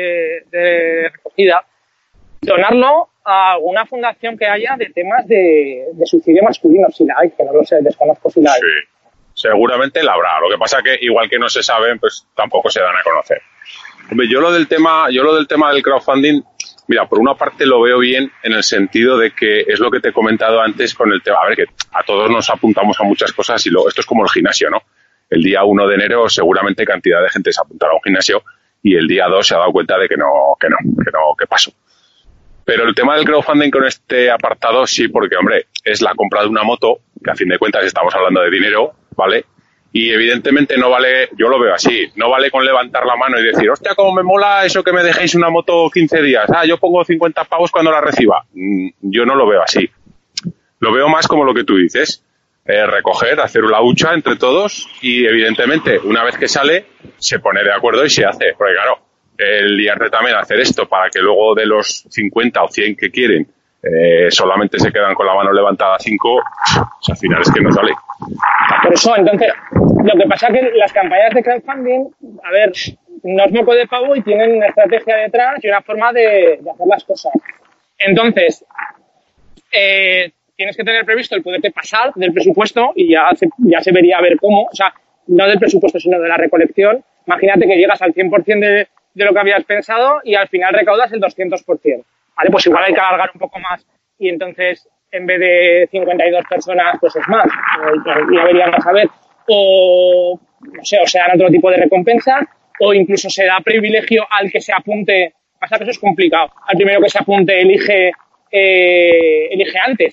recogida, donarlo a alguna fundación que haya de temas de suicidio masculino, si la hay, que no lo sé, desconozco si la hay. Sí, seguramente la habrá. Lo que pasa que igual que no se saben, pues tampoco se dan a conocer. Hombre, yo lo del tema del crowdfunding, mira, por una parte lo veo bien en el sentido de que es lo que te he comentado antes con el tema. A ver, que a todos nos apuntamos a muchas cosas y luego esto es como el gimnasio, ¿no? El día 1 de enero seguramente cantidad de gente se apuntará a un gimnasio y el día 2 se ha dado cuenta de que pasó. Pero el tema del crowdfunding con este apartado sí, porque, hombre, es la compra de una moto, que a fin de cuentas estamos hablando de dinero, ¿vale? Y evidentemente no vale, yo lo veo así, no vale con levantar la mano y decir, hostia, cómo me mola eso que me dejéis una moto 15 días, yo pongo 50 pavos cuando la reciba. Yo no lo veo así. Lo veo más como lo que tú dices, recoger, hacer una hucha entre todos y evidentemente una vez que sale se pone de acuerdo y se hace, porque claro, el liarte también hacer esto para que luego de los 50 o 100 que quieren solamente se quedan con la mano levantada 5, pues al final es que no sale. Por eso, entonces, lo que pasa es que las campañas de crowdfunding, a ver, no es moco de pavo y tienen una estrategia detrás y una forma de hacer las cosas. Entonces, tienes que tener previsto el poderte pasar del presupuesto y ya se vería a ver cómo, o sea, no del presupuesto sino de la recolección. Imagínate que llegas al 100% de lo que habías pensado y al final recaudas el 200%. Vale, pues igual hay que alargar un poco más y entonces en vez de 52 personas pues es más, ya veríamos a ver, o no sé, o se dan otro tipo de recompensas o incluso se da privilegio al que se apunte. Pasa que eso es complicado, al primero que se apunte elige antes,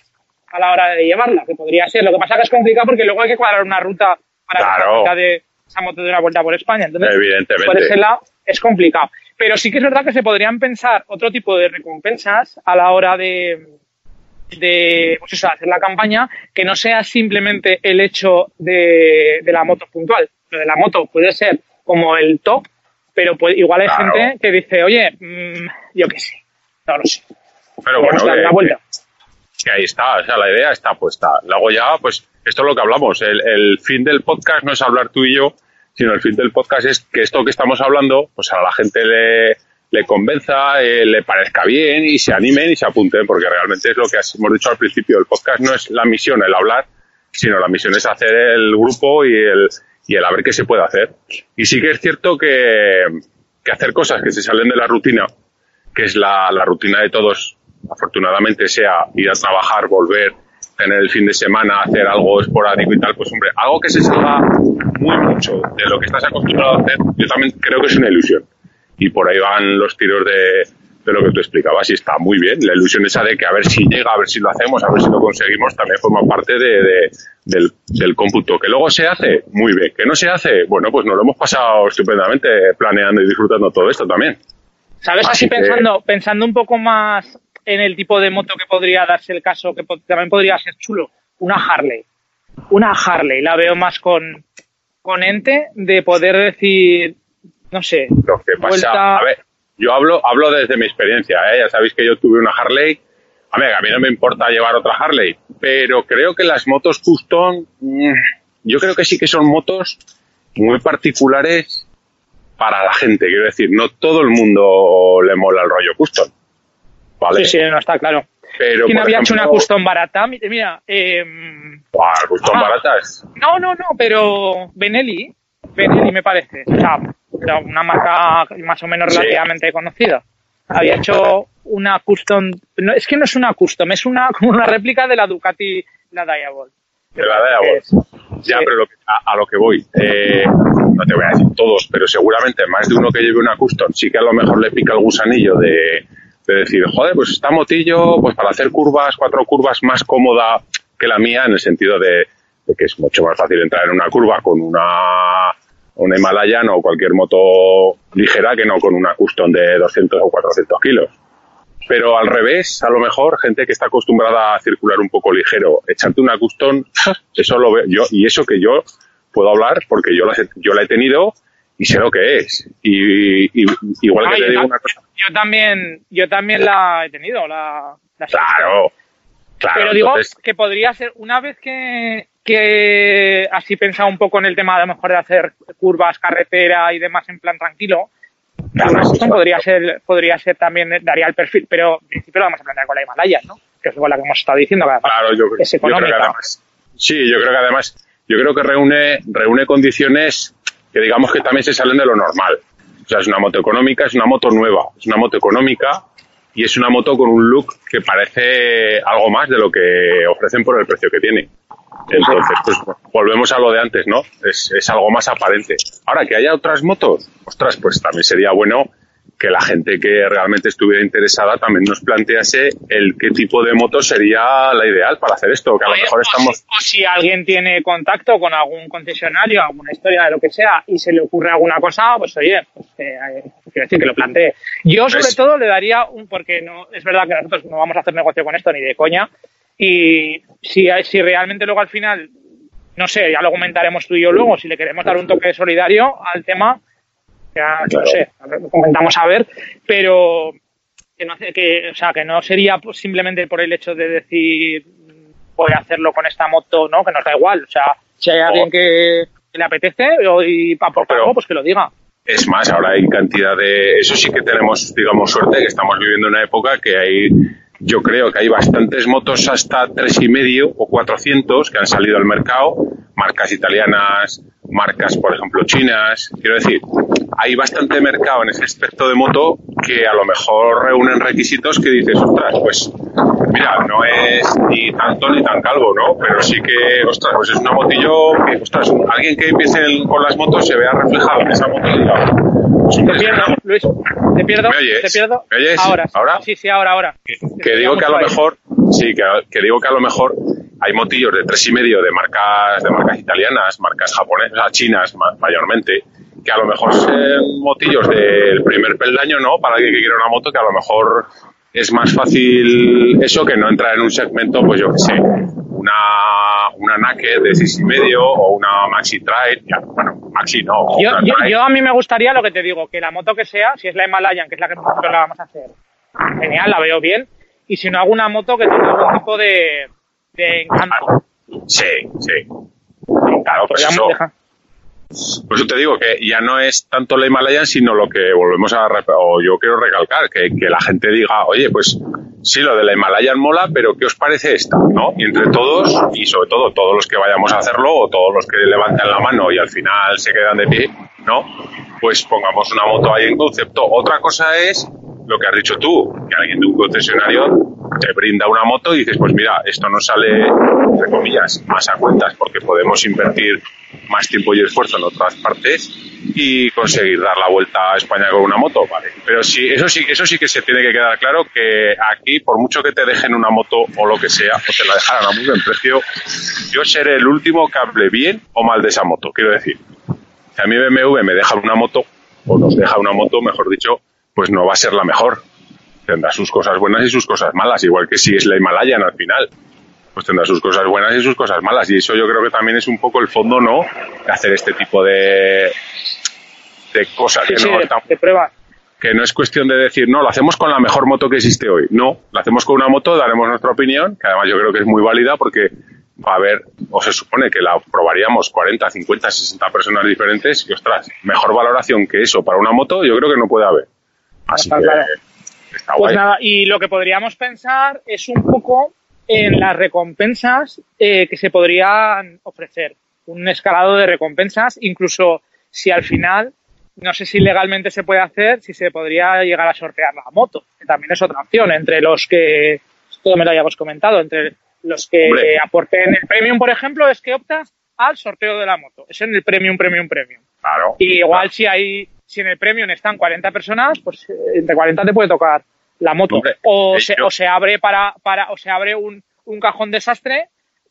a la hora de llevarla, que podría ser. Lo que pasa que es complicado porque luego hay que cuadrar una ruta para la ruta de esa moto de una vuelta por España. Entonces, evidentemente, por ese lado es complicado. Pero sí que es verdad que se podrían pensar otro tipo de recompensas a la hora de pues eso, hacer la campaña, que no sea simplemente el hecho de la moto puntual. Lo de la moto puede ser como el top, pero igual hay gente que dice, oye, yo qué sé, no lo sé. Pero bueno, que ahí está, o sea, la idea está puesta. Luego ya, pues, esto es lo que hablamos. El fin del podcast no es hablar tú y yo, sino el fin del podcast es que esto que estamos hablando, pues a la gente le convenza, le parezca bien y se animen y se apunten, porque realmente es lo que hemos dicho al principio. El podcast no es la misión, el hablar, sino la misión es hacer el grupo y el a ver qué se puede hacer. Y sí que es cierto que hacer cosas que se salen de la rutina, que es la rutina de todos, afortunadamente, sea ir a trabajar, volver, tener el fin de semana, hacer algo esporádico y tal, pues hombre, algo que se salga muy mucho de lo que estás acostumbrado a hacer, yo también creo que es una ilusión. Y por ahí van los tiros de lo que tú explicabas y está muy bien. La ilusión esa de que a ver si llega, a ver si lo hacemos, a ver si lo conseguimos, también forma parte del cómputo. Que luego se hace, muy bien. Que no se hace, bueno, pues nos lo hemos pasado estupendamente planeando y disfrutando todo esto también. ¿Sabes? Así pensando un poco más en el tipo de moto que podría darse el caso, que también podría ser chulo, una Harley. Una Harley, la veo más con ente de poder decir, no sé. Lo que pasa, a ver, yo hablo desde mi experiencia, ya sabéis que yo tuve una Harley. A ver, a mí no me importa llevar otra Harley, pero creo que las motos custom, yo creo que sí que son motos muy particulares para la gente. Quiero decir, no todo el mundo le mola el rollo custom, ¿vale? Sí, no está claro. Pero, ¿quién había hecho una custom barata? Mira, custom baratas. No, pero Benelli me parece. O sea, una marca más o menos relativamente conocida. Había hecho una custom, no, es que no es una custom, es como una réplica de la Ducati, la Diavolt. De la Diavolt. Ya, pero a lo que voy, no te voy a decir todos, pero seguramente más de uno que lleve una custom sí que a lo mejor le pica el gusanillo de decir, joder, pues esta motillo, pues para hacer 4 curvas más cómoda que la mía, en el sentido de que es mucho más fácil entrar en una curva con una Himalayan o cualquier moto ligera que no con una custom de 200 o 400 kilos. Pero al revés, a lo mejor, gente que está acostumbrada a circular un poco ligero, echarte una custom, eso lo veo yo, y eso que yo puedo hablar porque yo la he tenido y sé lo que es. Y igual que te digo una cosa. Yo también la he tenido, Claro. Pero digo que podría ser, una vez que así pensaba un poco en el tema a lo mejor de hacer curvas, carretera y demás en plan tranquilo, podría ser también, daría el perfil, pero en principio lo vamos a plantear con la Himalaya, ¿no? Que es igual la que hemos estado diciendo, que además es económica. Yo creo que reúne condiciones que digamos que también se salen de lo normal. O sea, es una moto económica, es una moto nueva, es una moto económica y es una moto con un look que parece algo más de lo que ofrecen por el precio que tiene. Entonces, pues volvemos a lo de antes, ¿no? Es algo más aparente. Ahora, que haya otras motos, ostras, pues también sería bueno que la gente que realmente estuviera interesada también nos plantease qué tipo de moto sería la ideal para hacer esto, que a lo mejor estamos... O si alguien tiene contacto con algún concesionario, alguna historia de lo que sea, y se le ocurre alguna cosa, pues oye, quiero decir que lo plantee. Yo sobre todo le daría porque no es verdad que nosotros no vamos a hacer negocio con esto ni de coña, y si realmente luego al final, no sé, ya lo comentaremos tú y yo luego, si le queremos dar un toque solidario al tema, ya claro. No sé, lo comentamos a ver, pero que no sería simplemente por el hecho de decir voy a hacerlo con esta moto, ¿no? Que nos da igual, o sea, si hay alguien que le apetece y para aportar algo, pues que lo diga. Es más, ahora hay cantidad eso sí que tenemos, digamos, suerte, que estamos viviendo una época que yo creo que hay bastantes motos hasta 3,5 o 400 que han salido al mercado, marcas italianas, marcas, por ejemplo, chinas. Quiero decir, hay bastante mercado en ese aspecto de moto que a lo mejor reúnen requisitos que dices, ostras, pues mira, no es ni tanto ni tan calvo, ¿no? Pero sí que, ostras, pues es una motillo que, ostras, alguien que empiece con las motos se vea reflejado en esa motillo. Te pierdo, Luis. Te pierdo. ¿Me oyes? Te pierdo. ¿Me oyes? Ahora. ¿Ahora? Sí, ahora. Que digo que a lo mejor Sí, que digo que a lo mejor hay motillos de 3,5 de marcas italianas, marcas japonesas, o sea, chinas mayormente, que a lo mejor son motillos del primer peldaño, ¿no? Para alguien que quiera una moto, que a lo mejor es más fácil eso que no entrar en un segmento, pues yo qué sé, una Naked de 6,5 o una Maxi Trail, bueno, Maxi no. Yo a mí me gustaría, lo que te digo, que la moto que sea, si es la Himalayan, que es la que nosotros la vamos a hacer, genial, la veo bien, y si no, alguna moto que tenga algún tipo de encanto. Sí. Claro, pues eso. Por eso te digo que ya no es tanto la Himalayan, sino lo que volvemos o yo quiero recalcar, que la gente diga, oye, pues sí, lo de la Himalayan mola, pero ¿qué os parece esta? ¿No? Y entre todos, y sobre todo todos los que vayamos a hacerlo, o todos los que levanten la mano y al final se quedan de pie, ¿no? Pues pongamos una moto ahí en concepto. Otra cosa es lo que has dicho tú, que alguien de un concesionario te brinda una moto y dices, pues mira, esto nos sale, entre comillas, más a cuentas, porque podemos invertir más tiempo y esfuerzo en otras partes y conseguir dar la vuelta a España con una moto, vale. Pero sí, eso sí que se tiene que quedar claro, que aquí, por mucho que te dejen una moto o lo que sea, o te la dejaran a muy buen precio, yo seré el último que hable bien o mal de esa moto. Quiero decir, si a mí BMW me deja una moto, o nos deja una moto, mejor dicho, pues no va a ser la mejor. Tendrá sus cosas buenas y sus cosas malas, igual que si es la Himalayan al final. Pues tendrá sus cosas buenas y sus cosas malas. Y eso yo creo que también es un poco el fondo, ¿no? De hacer este tipo de cosas. De pruebas. Que no es cuestión de decir, no, lo hacemos con la mejor moto que existe hoy. No, lo hacemos con una moto, daremos nuestra opinión, que además yo creo que es muy válida porque va a haber, o se supone que la probaríamos 40, 50, 60 personas diferentes y, ostras, mejor valoración que eso para una moto yo creo que no puede haber. Así que claro. Está pues guay. Nada, y lo que podríamos pensar es un poco en las recompensas que se podrían ofrecer. Un escalado de recompensas, incluso si al final, no sé si legalmente se puede hacer, si se podría llegar a sortear la moto, que también es otra opción, entre los que, esto me lo habíamos comentado, entre los que aporten el premium, por ejemplo, es que optas al sorteo de la moto. Es en el premium. Claro. Y igual si en el premium están 40 personas, pues entre 40 te puede tocar la moto. Hombre, o se abre o se abre un cajón desastre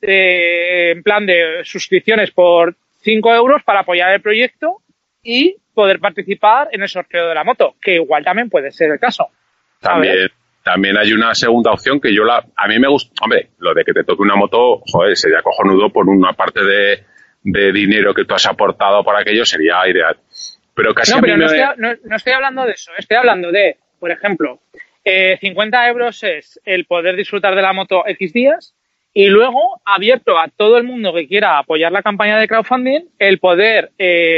en plan de suscripciones por 5 euros para apoyar el proyecto y poder participar en el sorteo de la moto, que igual también puede ser el caso. También hay una segunda opción que a mí me gusta. Hombre, lo de que te toque una moto, joder, sería cojonudo por una parte de dinero que tú has aportado para aquello, sería ideal. Pero casi no estoy hablando de eso. Estoy hablando de, por ejemplo, 50 euros es el poder disfrutar de la moto X días y luego, abierto a todo el mundo que quiera apoyar la campaña de crowdfunding, el poder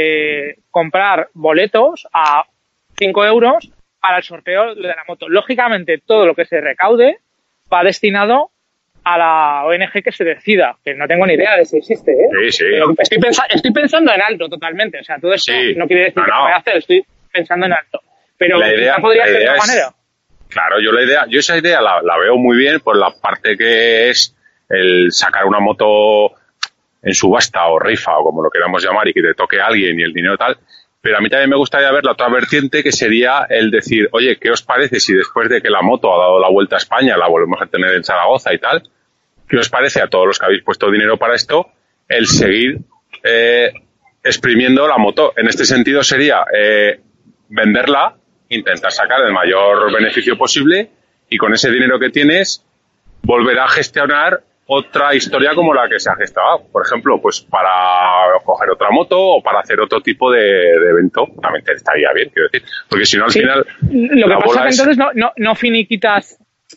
comprar boletos a 5 euros para el sorteo de la moto. Lógicamente, todo lo que se recaude va destinado a la ONG que se decida, que no tengo ni idea de si existe, ¿eh? Sí. Pero estoy pensando en alto totalmente. O sea, todo esto no quiere decir que lo voy a hacer, estoy pensando en alto. Pero quizá podría ser de otra manera. Claro, yo esa idea la veo muy bien por la parte que es el sacar una moto en subasta o rifa o como lo queramos llamar y que te toque a alguien y el dinero tal. Pero a mí también me gustaría ver la otra vertiente, que sería el decir, oye, ¿qué os parece si después de que la moto ha dado la vuelta a España, la volvemos a tener en Zaragoza y tal, qué os parece a todos los que habéis puesto dinero para esto, el seguir exprimiendo la moto? En este sentido sería venderla, intentar sacar el mayor beneficio posible y con ese dinero que tienes volver a gestionar otra historia como la que se ha gestado. Por ejemplo, pues para coger otra moto o para hacer otro tipo de evento. También te estaría bien, quiero decir. Porque si no, al final... Lo que pasa es que entonces no finiquitas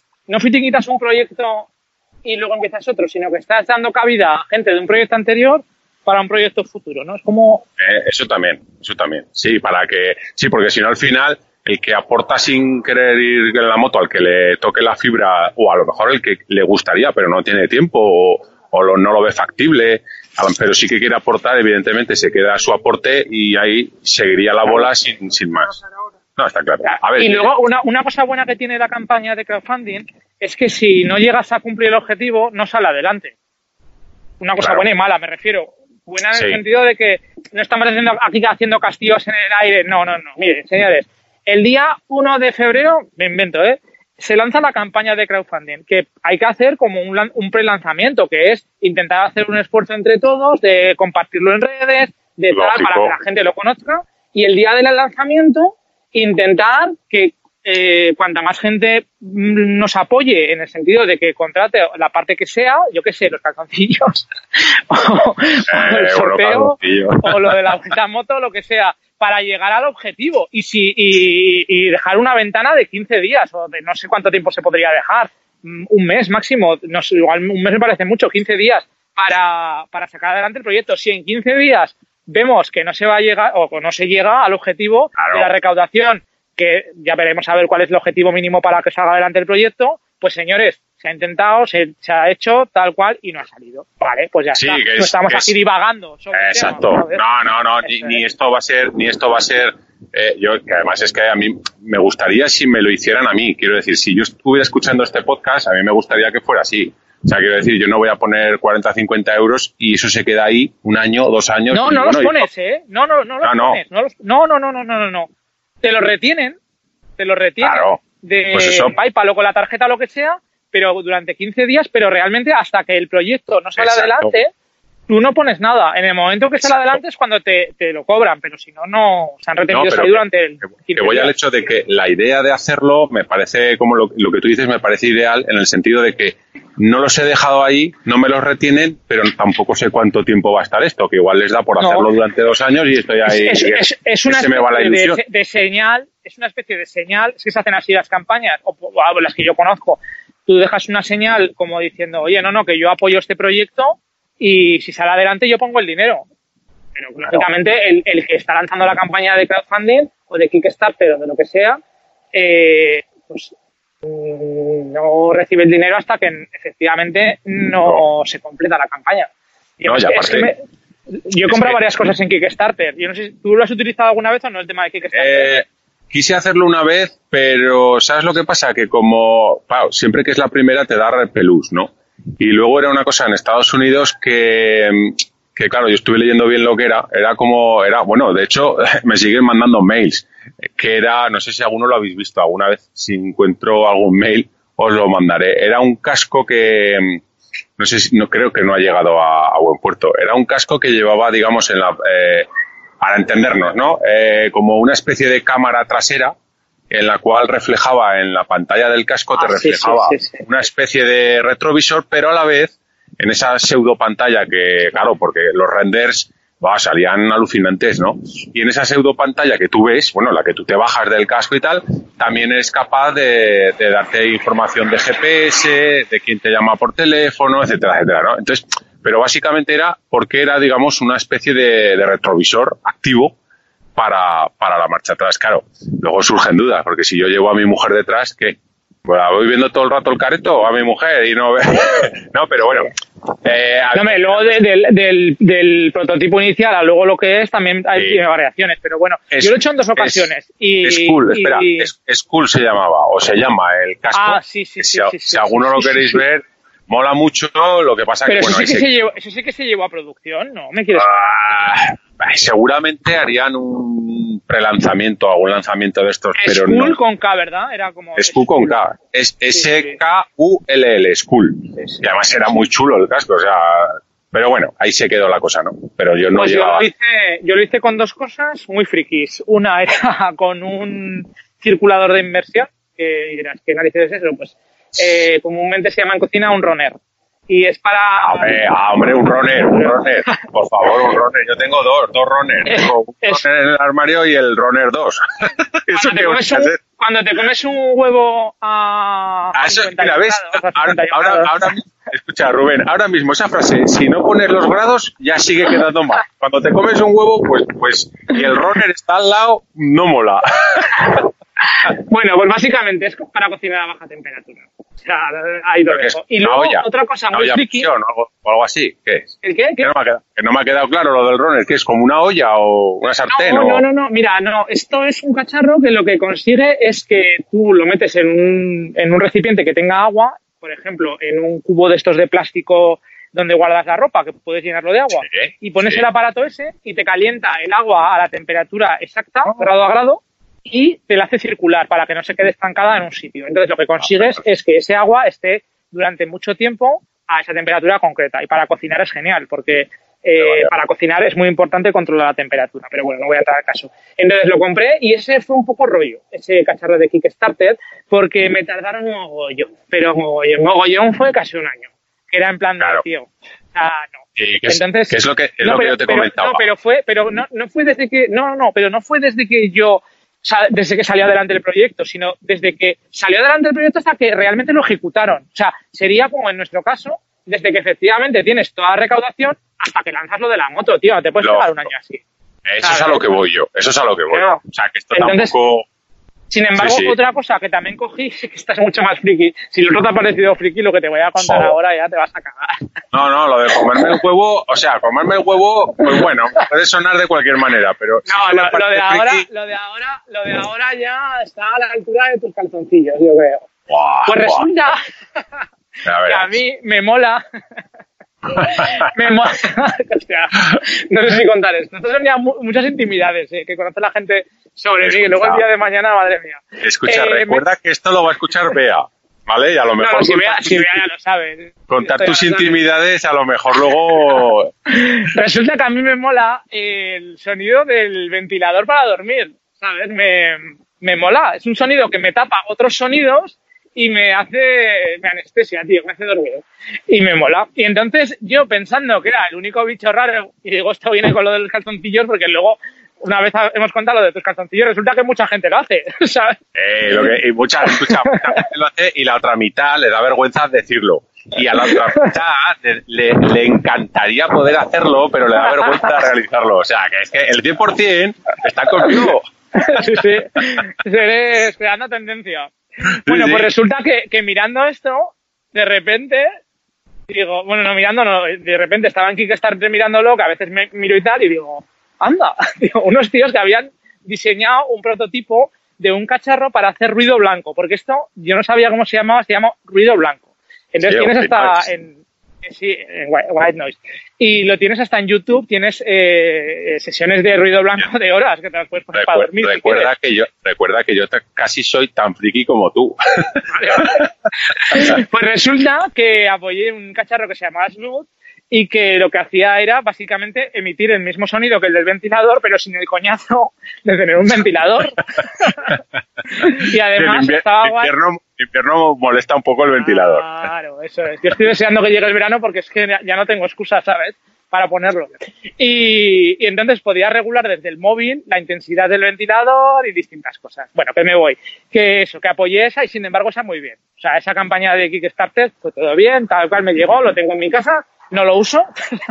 un proyecto y luego empiezas otro, sino que estás dando cabida a gente de un proyecto anterior para un proyecto futuro, ¿no? Es como... Eso también. Sí, porque si no, al final, el que aporta sin querer ir en la moto, al que le toque la fibra, o a lo mejor el que le gustaría pero no tiene tiempo o no lo ve factible, pero sí que quiere aportar, evidentemente se queda su aporte y ahí seguiría la bola sin más. No, está claro. A ver, y luego, una cosa buena que tiene la campaña de crowdfunding es que si no llegas a cumplir el objetivo, no sale adelante. Una cosa buena y mala, me refiero. Buena en el sentido de que no estamos haciendo castillos en el aire. No. Mire, señores, el día 1 de febrero, me invento, se lanza la campaña de crowdfunding, que hay que hacer como un pre-lanzamiento, que es intentar hacer un esfuerzo entre todos, de compartirlo en redes, de tal, para que la gente lo conozca, y el día del lanzamiento intentar que cuanta más gente nos apoye en el sentido de que contrate la parte que sea, yo qué sé, los calzoncillos o el sorteo o lo de la vuelta a moto, lo que sea, para llegar al objetivo y dejar una ventana de 15 días o de no sé cuánto tiempo se podría dejar, un mes máximo, no sé, igual un mes me parece mucho, 15 días para sacar adelante el proyecto. Si en 15 días vemos que no se va a llegar o no se llega al objetivo de la recaudación, que ya veremos a ver cuál es el objetivo mínimo para que salga adelante el proyecto, pues señores, se ha intentado, se ha hecho tal cual y no ha salido. Vale, pues ya está. No estamos aquí divagando sobre exacto. el tema, No, ni esto va a ser, yo, que además es que a mí me gustaría si me lo hicieran a mí. Quiero decir, si yo estuviera escuchando este podcast, a mí me gustaría que fuera así. O sea, quiero decir, yo no voy a poner 40 o 50 euros y eso se queda ahí 1 año, 2 años. No, no los pones, ¿eh? No los pones. No. Te lo retienen. Claro. De pues eso. PayPal o con la tarjeta o lo que sea, pero durante 15 días, pero realmente hasta que el proyecto no sale adelante, tú no pones nada. En el momento que sale adelante es cuando te lo cobran, pero si no se han retenido ahí durante el 15 días. Que voy al hecho de que la idea de hacerlo me parece, como lo que tú dices, me parece ideal en el sentido de que no los he dejado ahí, no me los retienen, pero tampoco sé cuánto tiempo va a estar esto, que igual les da por hacerlo durante 2 años y estoy ahí. Es una especie de señal, es que se hacen así las campañas, o las que yo conozco. Tú dejas una señal como diciendo, oye, no, que yo apoyo este proyecto y si sale adelante yo pongo el dinero. Pero lógicamente el que está lanzando la campaña de crowdfunding o de Kickstarter o de lo que sea, pues no recibe el dinero hasta que efectivamente no se completa la campaña. Yo he comprado varias cosas en Kickstarter. Yo no sé, ¿tú lo has utilizado alguna vez o no el tema de Kickstarter? Quise hacerlo una vez, pero ¿sabes lo que pasa? Que siempre que es la primera te da repelús, ¿no? Y luego era una cosa en Estados Unidos que claro, yo estuve leyendo bien lo que era bueno, de hecho me siguen mandando mails, que era, no sé si alguno lo habéis visto alguna vez, si encuentro algún mail os lo mandaré. Era un casco que, no creo que no ha llegado a buen puerto, era un casco que llevaba, digamos, para entendernos, ¿no? Como una especie de cámara trasera en la cual reflejaba en la pantalla del casco, reflejaba una especie de retrovisor, pero a la vez en esa pseudo pantalla que, claro, porque los renders salían alucinantes, ¿no? Y en esa pseudo pantalla que tú ves, bueno, la que tú te bajas del casco y tal, también eres capaz de darte información de GPS, de quién te llama por teléfono, etcétera, etcétera, ¿no? Entonces, pero básicamente era porque era, digamos, una especie de retrovisor activo para la marcha atrás. Claro, luego surgen dudas, porque si yo llevo a mi mujer detrás, ¿qué? Pues voy viendo todo el rato el careto a mi mujer y no ve. No, pero bueno. Luego del prototipo inicial a luego lo que es, también tiene variaciones, pero bueno, yo lo he hecho en 2 ocasiones. School se llamaba, o se llama el casco. Si alguno lo queréis ver, mola mucho, lo que pasa pero que... eso sí que se llevó a producción, ¿no? ¿Me quieres seguramente harían un prelanzamiento, algún lanzamiento de estos, pero no. School con K, ¿verdad? Era como... School con K. Es S-K-U-L-L, School. Y además era muy chulo el casco, o sea... Pero bueno, ahí se quedó la cosa, ¿no? Pero yo no llevaba... Yo lo hice con 2 cosas muy frikis. Una era con un circulador de inmersión, que dirás, ¿qué narices es eso? Pues comúnmente se llama en cocina un runner. Y es para... Hombre, un runner. Por favor, un runner. Yo tengo dos runners. Tengo un runner en el armario y el runner 2. Cuando te comes un huevo a... Mira, ¿ves? Ahora mismo, escucha, Rubén, ahora mismo esa frase, si no pones los grados, ya sigue quedando mal. Cuando te comes un huevo, pues y el runner está al lado, no mola. Bueno, pues básicamente es para cocinar a baja temperatura. O sea, ahí lo dejo. Y luego otra cosa muy friki. O algo así, ¿qué es? ¿El qué? Que no me ha quedado claro lo del runner, ¿qué es? ¿Como una olla o una sartén? No. Mira, esto es un cacharro que lo que consigue es que tú lo metes en un recipiente que tenga agua, por ejemplo, en un cubo de estos de plástico donde guardas la ropa, que puedes llenarlo de agua, y pones el aparato ese y te calienta el agua a la temperatura exacta, grado a grado, y te la hace circular para que no se quede estancada en un sitio. Entonces lo que consigues es que ese agua esté durante mucho tiempo a esa temperatura concreta. Y para cocinar es genial, porque para cocinar es muy importante controlar la temperatura. Pero bueno, no voy a entrar al caso. Entonces lo compré y ese fue un poco rollo, ese cacharro de Kickstarter, porque me tardaron un mogollón. Pero mogollón fue casi un año. Que era en plan, claro. tío, o sea, no. Entonces, ¿qué es lo que yo te comentaba? No fue desde que yo, o sea, desde que salió adelante el proyecto, sino desde que salió adelante el proyecto hasta que realmente lo ejecutaron. O sea, sería como en nuestro caso, desde que efectivamente tienes toda la recaudación hasta que lanzas lo de la moto, tío. No te puedes pegar un año así. Eso es a lo que voy yo. Claro. O sea, que esto entonces, tampoco... Sin embargo, otra cosa que también cogí, que esta es mucho más friki. Si lo otro te ha parecido friki, lo que te voy a contar ahora ya te vas a cagar. No, lo de comerme el huevo, pues bueno, puede sonar de cualquier manera, pero... No, lo de ahora ya está a la altura de tus calzoncillos, yo creo. Pues resulta que a mí me mola... Hostia, no sé si contar esto. Esto son ya muchas intimidades que conoce la gente sobre mí, y luego el día de mañana, madre mía. Escucha, recuerda que esto lo va a escuchar Bea, ¿vale? Y a lo mejor... si Bea ya lo sabe. Contar tus intimidades, a lo mejor luego... Resulta que a mí me mola el sonido del ventilador para dormir, ¿sabes? Me mola. Es un sonido que me tapa otros sonidos y me anestesia, tío, me hace dormir. Y me mola. Y entonces yo pensando que era el único bicho raro, y digo, esto viene con lo de los calzoncillos, porque luego, una vez hemos contado lo de tus calzoncillos, resulta que mucha gente lo hace, ¿sabes? Mucha gente lo hace y la otra mitad le da vergüenza decirlo. Y a la otra mitad le encantaría poder hacerlo, pero le da vergüenza realizarlo. O sea, que es que el 100% está conmigo. Sí. Seré creando tendencia. Bueno, pues resulta que mirando esto, de repente, digo, de repente estaba en Kickstarter mirándolo, que a veces me miro y tal, y digo, anda, unos tíos que habían diseñado un prototipo de un cacharro para hacer ruido blanco, porque esto, yo no sabía cómo se llama ruido blanco. Entonces tienes hasta en White Noise. Y lo tienes hasta en YouTube, tienes sesiones de ruido blanco de horas que te las puedes poner para dormir. Recuerda que yo casi soy tan friki como tú. Pues resulta que apoyé un cacharro que se llamaba Smooth y que lo que hacía era básicamente emitir el mismo sonido que el del ventilador, pero sin el coñazo de tener un ventilador. Y además estaba guay. Invierno molesta un poco el ventilador. Claro, eso es. Yo estoy deseando que llegue el verano porque es que ya no tengo excusa, ¿sabes?, para ponerlo. Y entonces podía regular desde el móvil la intensidad del ventilador y distintas cosas. Bueno, que me voy. Que apoyé esa y sin embargo esa muy bien. O sea, esa campaña de Kickstarter fue todo bien, tal cual me llegó, lo tengo en mi casa. No lo uso.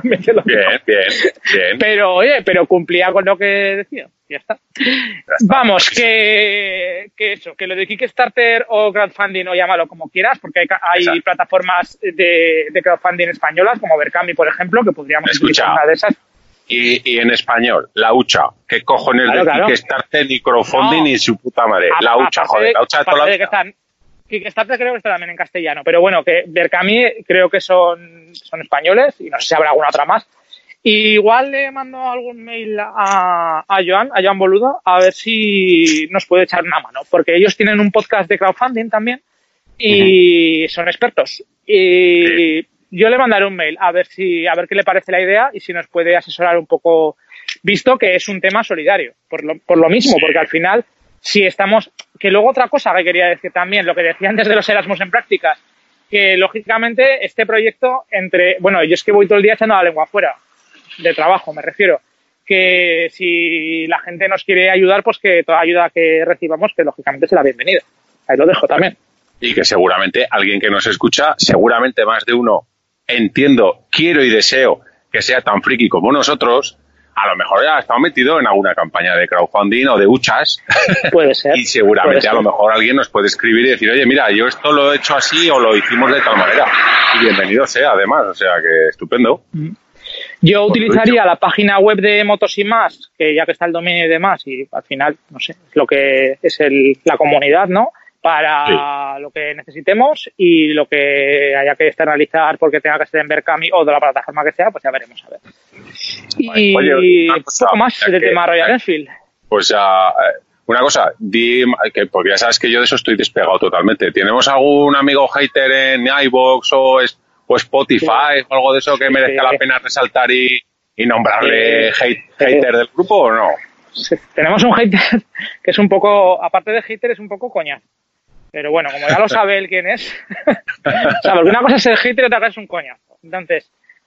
Bien. Pero cumplía con lo que decía. Ya está. Vamos, que lo de Kickstarter o crowdfunding, o llámalo como quieras, porque hay plataformas de crowdfunding españolas, como Berkami, por ejemplo, que podríamos utilizar una de esas. Y en español, la hucha. ¿Qué cojones de Kickstarter ni crowdfunding ni su puta madre? La hucha, joder, la hucha de toda la vida. Kickstarter creo que está también en castellano, pero bueno, que Berkami creo que son españoles y no sé si habrá alguna otra más. Y igual le mando algún mail a Joan Boluda, a ver si nos puede echar una mano, porque ellos tienen un podcast de crowdfunding también y son expertos. Y yo le mandaré un mail a ver qué le parece la idea y si nos puede asesorar un poco, visto que es un tema solidario, por lo mismo, porque al final, si estamos... Que luego otra cosa que quería decir también, lo que decía antes de los Erasmus en prácticas, que lógicamente este proyecto yo es que voy todo el día echando la lengua afuera, de trabajo me refiero, que si la gente nos quiere ayudar, pues que toda ayuda que recibamos, que lógicamente será bienvenida. Ahí lo dejo también. Y que seguramente alguien que nos escucha, seguramente más de uno, quiero y deseo que sea tan friki como nosotros, a lo mejor ya ha estado metido en alguna campaña de crowdfunding o de huchas. Puede ser. Y seguramente a lo mejor alguien nos puede escribir y decir, oye, mira, yo esto lo he hecho así o lo hicimos de tal manera. Y bienvenido sea, además. O sea, que estupendo. Yo utilizaría la página web de Motos y Más, que ya que está el dominio y demás, y al final, no sé, lo que es la comunidad, ¿no?, para lo que necesitemos, y lo que haya que externalizar porque tenga que ser en Berkami o de la plataforma que sea, pues ya veremos a ver. Y poco más del tema Royal Enfield. Pues ya, una cosa, porque ya sabes que yo de eso estoy despegado totalmente. ¿Tenemos algún amigo hater en iVoox o Spotify o algo de eso que merezca la pena resaltar y nombrarle hater del grupo o no? Sí, tenemos un hater que es un poco, aparte de hater, es un poco coñazo. Pero bueno, como ya lo sabe él quién es, o sea, porque una cosa es el hater y otra cosa es un coñazo. Entonces,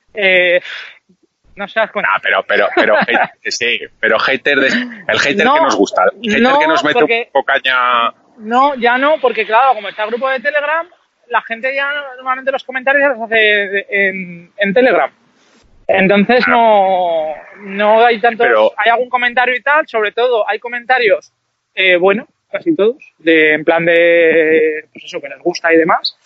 no seas coñazo. Sí, pero hater, el hater no, que nos gusta, el hater que nos mete un poco caña. No, ya no, porque claro, como está el grupo de Telegram, la gente ya normalmente los comentarios ya los hace en Telegram. Entonces no hay tantos, hay algún comentario y tal, sobre todo hay comentarios, bueno, casi todos, en plan de, pues eso, que les gusta y demás.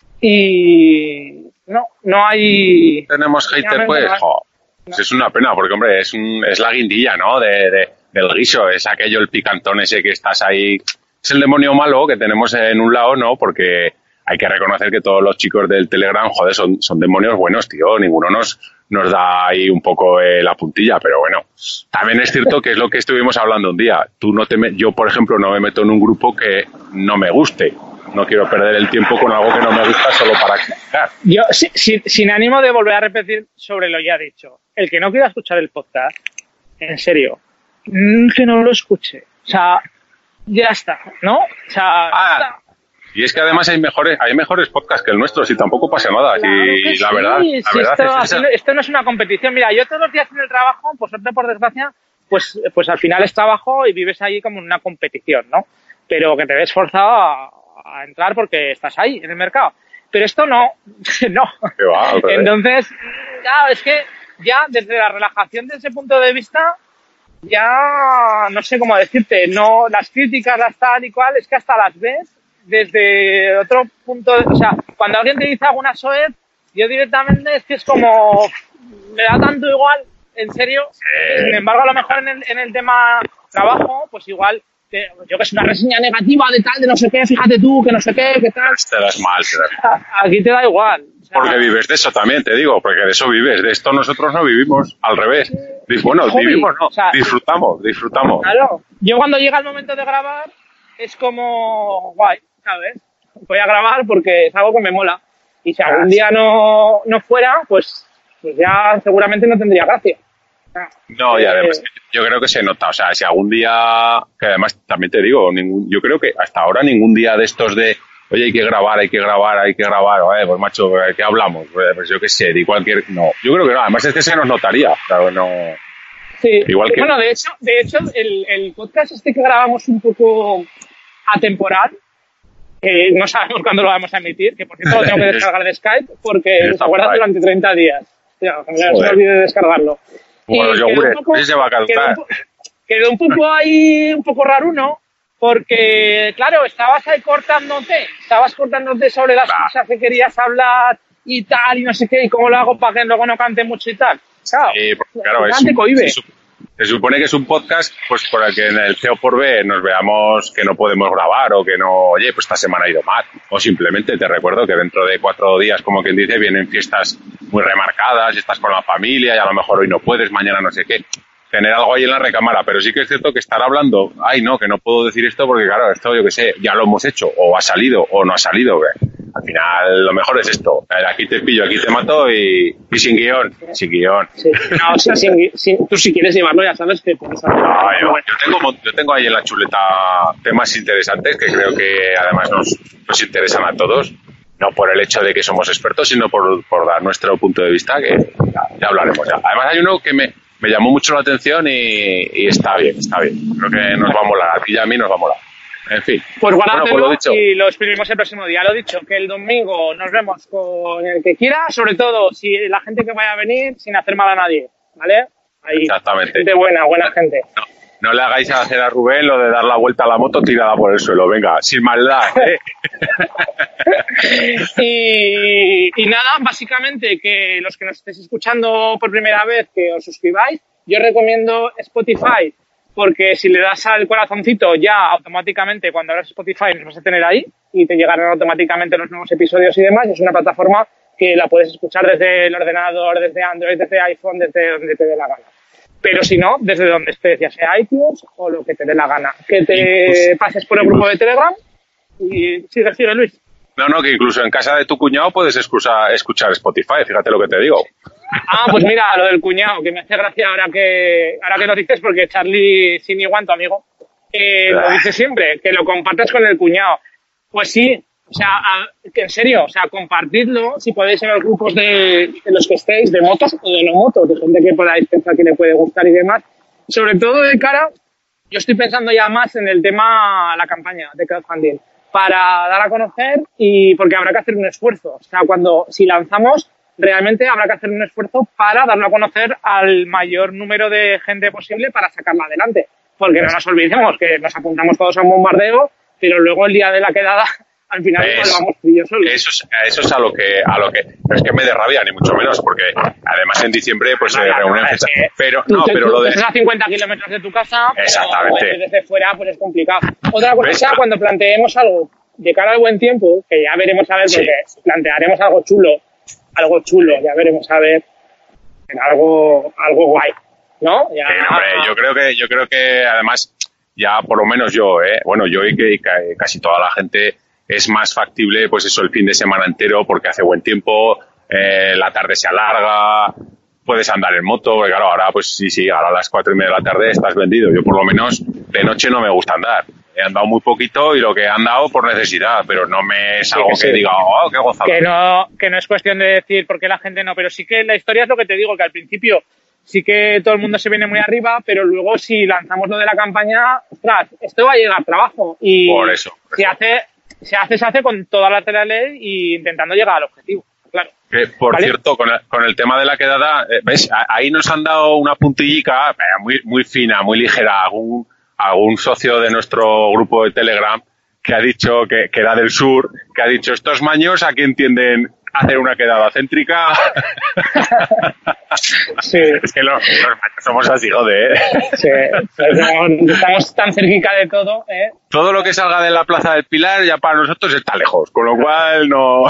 Y no hay... Tenemos hater, pues, no. Es una pena, porque, hombre, es la guindilla, ¿no? Del guiso, es aquello, el picantón ese que estás ahí. Es el demonio malo que tenemos en un lado, ¿no? Porque hay que reconocer que todos los chicos del Telegram, joder, son demonios buenos, tío. Ninguno nos da ahí un poco la puntilla, pero bueno. También es cierto que es lo que estuvimos hablando un día. Yo, por ejemplo, no me meto en un grupo que no me guste. No quiero perder el tiempo con algo que no me gusta solo para criticar. Yo, sin ánimo de volver a repetir sobre lo ya dicho, el que no quiera escuchar el podcast, en serio, que no lo escuche. O sea, ya está, ¿no? O sea, está. Y es que además hay mejores podcasts que el nuestro, si tampoco pasa nada. Claro y la verdad esto no es una competición. Mira, yo todos los días en el trabajo, por suerte, por desgracia, pues al final es trabajo y vives ahí como en una competición, ¿no? Pero que te ves forzado a entrar porque estás ahí, en el mercado. Pero esto no. Entonces, claro, es que ya desde la relajación de ese punto de vista, ya no sé cómo decirte, no, las críticas, las tal y cual, es que hasta las ves desde otro punto, o sea, cuando alguien te dice alguna soez, yo directamente es que es como, me da tanto igual, en serio. Sin embargo, a lo mejor en el tema trabajo, pues igual, yo que es una reseña negativa de tal, de no sé qué, fíjate tú, que no sé qué, que tal. Te das mal. Aquí te da igual. O sea, porque vives de eso también, te digo, porque de eso vives. De esto nosotros no vivimos, al revés. Bueno, vivimos no, o sea, disfrutamos. Claro, yo cuando llega el momento de grabar, es como guay, ¿sabes? Voy a grabar porque es algo que me mola. Y si algún día no fuera, pues ya seguramente no tendría gracia. No, y además yo creo que se nota, o sea, si algún día, que además también te digo, yo creo que hasta ahora ningún día de estos de, oye, hay que grabar, pues macho, ¿qué hablamos? Pues yo qué sé, de cualquier, no, yo creo que no, además es que se nos notaría, claro, no. Sí, igual que... Bueno, de hecho el podcast este que grabamos un poco atemporal, que no sabemos cuándo lo vamos a emitir, que por cierto lo tengo que descargar de Skype porque se aguarda durante 30 días. Hostia, que no se me olvide de descargarlo. Bueno, se va a caducar. Quedó un poco ahí, un poco raro, ¿no? Porque, claro, estabas ahí cortándote sobre las cosas que querías hablar y tal, y no sé qué, y cómo lo hago para que luego no cante mucho y tal. Claro, se supone que es un podcast pues por el que en el C o por B nos veamos que no podemos grabar o que no, oye, pues esta semana ha ido mal. O simplemente te recuerdo que dentro de 4 días, como quien dice, vienen fiestas muy remarcadas, estás con la familia y a lo mejor hoy no puedes, mañana no sé qué. Tener algo ahí en la recámara, pero sí que es cierto que estar hablando, que no puedo decir esto porque claro, esto yo que sé, ya lo hemos hecho, o ha salido o no ha salido, al final lo mejor es esto, aquí te pillo, aquí te mato y sin guión. Sí. No, tú si quieres llevarlo ya sabes que puedes hacerlo. No, yo tengo ahí en la chuleta temas interesantes que creo que además nos interesan a todos, no por el hecho de que somos expertos, sino por dar nuestro punto de vista, que ya hablaremos ya. Además hay uno que me llamó mucho la atención y está bien. Creo que nos va a molar, a ti y a mí nos va a molar. En fin. Pues guárdatelo y lo exprimimos el próximo día. Lo dicho, que el domingo nos vemos con el que quiera, sobre todo si la gente que vaya a venir sin hacer mal a nadie, ¿vale? Ahí, exactamente. Gente buena gente. No le hagáis hacer a Rubén lo de dar la vuelta a la moto tirada por el suelo. Venga, sin maldad, ¿eh? y nada, básicamente que los que nos estéis escuchando por primera vez, que os suscribáis. Yo recomiendo Spotify porque si le das al corazoncito ya automáticamente cuando abras Spotify nos vas a tener ahí y te llegarán automáticamente los nuevos episodios y demás. Es una plataforma que la puedes escuchar desde el ordenador, desde Android, desde iPhone, desde donde te dé la gana. Pero si no, desde donde estés, ya sea iTunes o lo que te dé la gana. Que te pases por el grupo de Telegram y sigue, Luis. No, que incluso en casa de tu cuñado puedes escuchar Spotify, fíjate lo que te digo. Ah, pues mira, lo del cuñado, que me hace gracia ahora que lo dices, porque Charlie Siniguan, tu amigo, lo dice siempre, que lo compartas con el cuñado. Pues sí, o sea, que en serio, o sea, compartidlo si podéis en los grupos de los que estéis, de motos o de no motos, de gente que podáis pensar que le puede gustar y demás. Sobre todo de cara, yo estoy pensando ya más en el tema, la campaña de crowdfunding, para dar a conocer y porque habrá que hacer un esfuerzo. O sea, si lanzamos, realmente habrá que hacer un esfuerzo para darlo a conocer al mayor número de gente posible para sacarla adelante. Porque no nos olvidemos que nos apuntamos todos a un bombardeo, pero luego el día de la quedada, al final vamos tú y yo solos. Eso es a lo que no es que me dé rabia, ni mucho menos, porque además en diciembre pues se reúnen fechas. Pero lo de... Estás a 50 kilómetros de tu casa, exactamente. Pero desde fuera pues es complicado. Otra cosa, cuando planteemos algo de cara al buen tiempo, que ya veremos a ver, porque plantearemos algo chulo, ya veremos a ver, algo guay, ¿no? Ya... hombre, yo creo que además, ya por lo menos yo y que casi toda la gente, es más factible, pues eso, el fin de semana entero, porque hace buen tiempo, la tarde se alarga, puedes andar en moto, porque claro, ahora pues sí, ahora a las 4:30 de la tarde estás vendido. Yo por lo menos de noche no me gusta andar. He andado muy poquito y lo que he andado por necesidad, pero no me es algo que diga, oh, qué gozada. Que no es cuestión de decir por qué la gente no, pero sí que la historia es lo que te digo, que al principio sí que todo el mundo se viene muy arriba, pero luego si lanzamos lo de la campaña, ostras, esto va a llegar trabajo. Y por eso. Se hace con toda la ley y intentando llegar al objetivo, claro. Que, por cierto, con el tema de la quedada, ¿ves? Ahí nos han dado una puntillica muy, muy fina, muy ligera, algún socio de nuestro grupo de Telegram que ha dicho que era del sur, que ha dicho, estos maños aquí entienden hacer una quedada céntrica. Sí. Es que los maños somos así, joder. Sí, estamos tan cerquita de todo, ¿eh? Todo lo que salga de la Plaza del Pilar ya para nosotros está lejos, con lo cual no...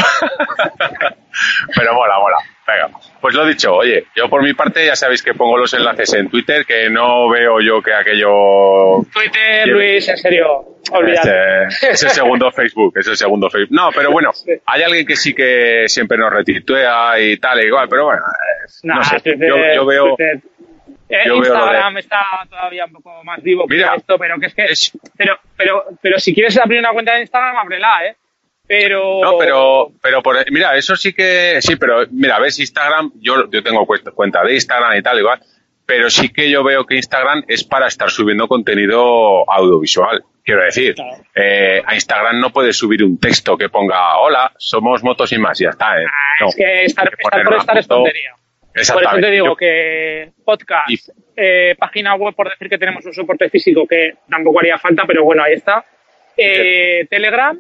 Pero mola. Venga, pues lo dicho, oye, yo por mi parte ya sabéis que pongo los enlaces en Twitter, que no veo yo que aquello... Twitter, Luis, en serio, olvídate. Ese segundo Facebook. No, pero bueno, hay alguien que sí que siempre nos retuitea y tal e igual, pero bueno, no sé, Twitter, yo veo... Twitter. Instagram está todavía un poco más vivo que esto, pero que es que... Pero si quieres abrir una cuenta de Instagram, ábrela, ¿eh? Pero... No, pero mira, eso sí que... Sí, pero mira, ves, Instagram, yo tengo cuenta de Instagram y tal, igual, pero sí que yo veo que Instagram es para estar subiendo contenido audiovisual. Quiero decir, claro. A Instagram no puedes subir un texto que ponga, hola, somos motos y más, y ya está. No, es que estar por estar es tontería. Por eso te digo que podcast, página web, por decir que tenemos un soporte físico que tampoco haría falta, pero bueno, ahí está. Telegram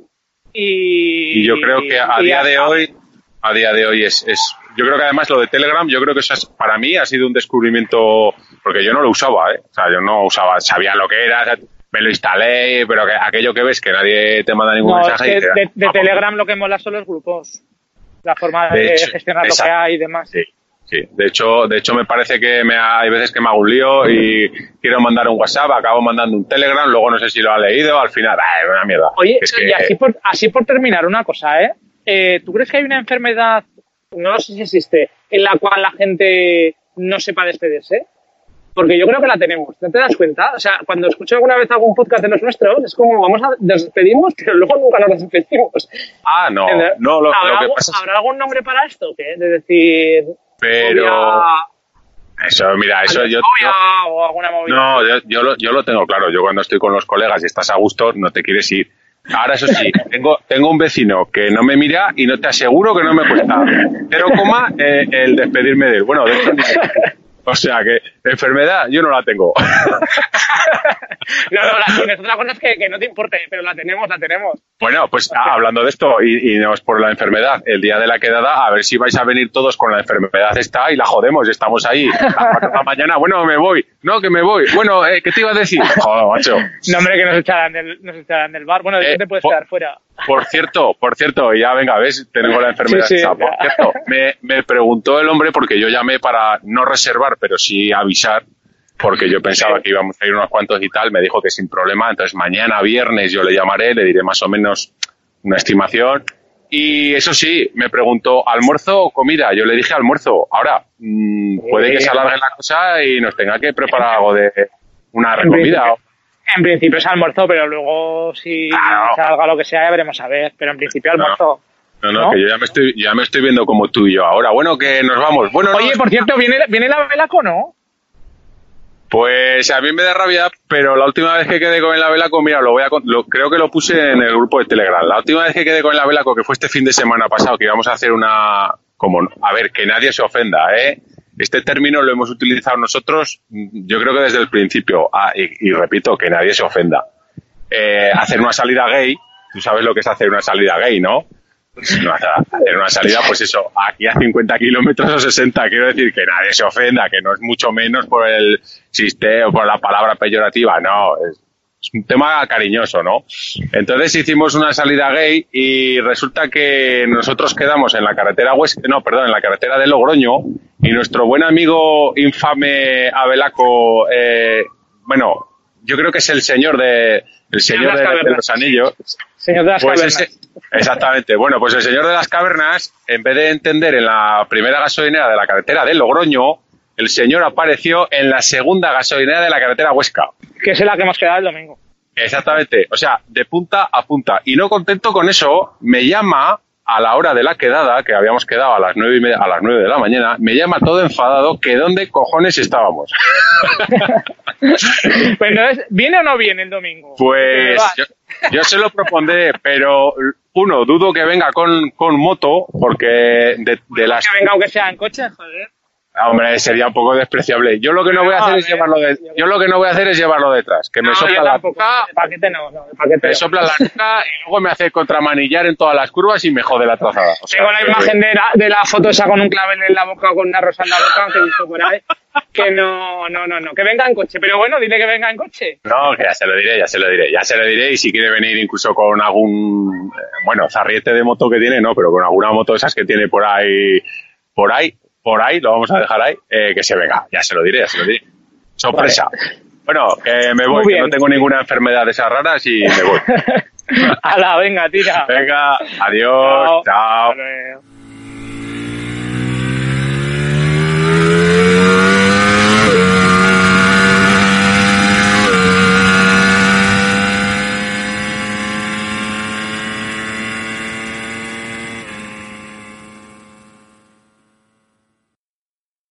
y yo creo que a día de hoy es yo creo que además lo de Telegram, yo creo que eso para mí ha sido un descubrimiento, porque yo no lo usaba, o sea, yo no usaba, sabía lo que era, me lo instalé, pero que aquello que ves que nadie te manda ningún mensaje. Es que de Telegram lo que mola son los grupos, la forma de gestionar lo que hay y demás. Sí, de hecho me parece que hay veces que me hago un lío y quiero mandar un WhatsApp, acabo mandando un Telegram, luego no sé si lo ha leído, al final, es una mierda. Oye, y así por terminar una cosa, ¿tú crees que hay una enfermedad, no lo sé si existe, en la cual la gente no sepa despedirse? Porque yo creo que la tenemos, ¿no te das cuenta? O sea, cuando escucho alguna vez algún podcast de los nuestros, es como nos despedimos, pero luego nunca nos despedimos. No, lo que pasa es... ¿Habrá algún nombre para esto? ¿Qué? De decir... Pero... Eso, mira, eso yo... o alguna movida. No, yo lo tengo claro. Yo cuando estoy con los colegas y estás a gusto, no te quieres ir. Ahora, eso sí, tengo un vecino que no me mira y no te aseguro que no me cuesta 0, el despedirme de él. Bueno, de hecho, o sea que enfermedad yo no la tengo. No, la tienes. Otra cosa es que no te importe, pero la tenemos. Bueno, pues hablando de esto, y no es por la enfermedad, el día de la quedada, a ver si vais a venir todos con la enfermedad esta y la jodemos, estamos ahí a las 4 de la mañana, bueno, me voy, no, que me voy, bueno, ¿qué te iba a decir? Joder, macho. No, hombre, que nos echarán del bar, bueno, ¿de qué te puedes quedar fuera? Por cierto, ya venga, ves, tengo la enfermedad sí, esta. Por cierto, me preguntó el hombre, porque yo llamé para no reservar, pero sí avisar, porque yo pensaba que íbamos a ir unos cuantos y tal, me dijo que sin problema, entonces mañana viernes yo le llamaré, le diré más o menos una estimación. Y eso sí, me preguntó, ¿almuerzo o comida? Yo le dije almuerzo. Ahora, puede que se alargue la cosa y nos tenga que preparar algo de una comida. En principio es almuerzo, pero luego si salga lo que sea ya veremos a ver. Pero en principio almuerzo. No, que yo ya me estoy viendo como tú y yo ahora. Bueno, que nos vamos. Bueno, oye, por cierto, ¿viene la Velaco, no? Pues a mí me da rabia, pero la última vez que quedé con la Velaco, mira, creo que lo puse en el grupo de Telegram. La última vez que quedé con la Velaco, que fue este fin de semana pasado, que íbamos a hacer a ver, que nadie se ofenda, ¿eh? Este término lo hemos utilizado nosotros, yo creo que desde el principio. Y repito, que nadie se ofenda. Hacer una salida gay, tú sabes lo que es hacer una salida gay, ¿no? Hacer una salida, pues eso, aquí a 50 kilómetros o 60, quiero decir que nadie se ofenda, que no es mucho menos por el sistema o por la palabra peyorativa, no, es un tema cariñoso, ¿no? Entonces hicimos una salida gay y resulta que nosotros quedamos en la carretera en la carretera de Logroño, y nuestro buen amigo infame Abelaco, bueno, yo creo que es el señor de los anillos. Señor de las cavernas. Exactamente. Bueno, pues el señor de las cavernas, en vez de entender en la primera gasolinera de la carretera de Logroño, el señor apareció en la segunda gasolinera de la carretera Huesca. Que es la que hemos quedado el domingo. Exactamente. O sea, de punta a punta. Y no contento con eso, me llama a la hora de la quedada, que habíamos quedado a las 9 de la mañana, me llama todo enfadado que dónde cojones estábamos. Pues entonces, ¿viene o no viene el domingo? Pues yo se lo propondré, pero dudo que venga con moto, porque de las... Que venga aunque sea en coche, joder. Hombre, sería un poco despreciable. Yo lo que no voy a hacer es llevarlo detrás, que me sopla la nuca. De paquete no, de paquete. Me sopla la nuca y luego me hace contramanillar en todas las curvas y me jode la trazada. O sea, tengo la imagen de la foto esa con un clavel en la boca o con una rosa en la boca que he visto por ahí. Que no, que venga en coche. Pero bueno, dile que venga en coche. No, que ya se lo diré. Y si quiere venir incluso con algún, zarriete de moto que tiene, no, pero con alguna moto de esas que tiene por ahí, lo vamos a dejar ahí, que se venga. Ya se lo diré. Sorpresa. Vale. Bueno, que me voy, que no tengo ninguna enfermedad de esas raras y me voy. Hala, venga, tira. Venga, adiós, chao.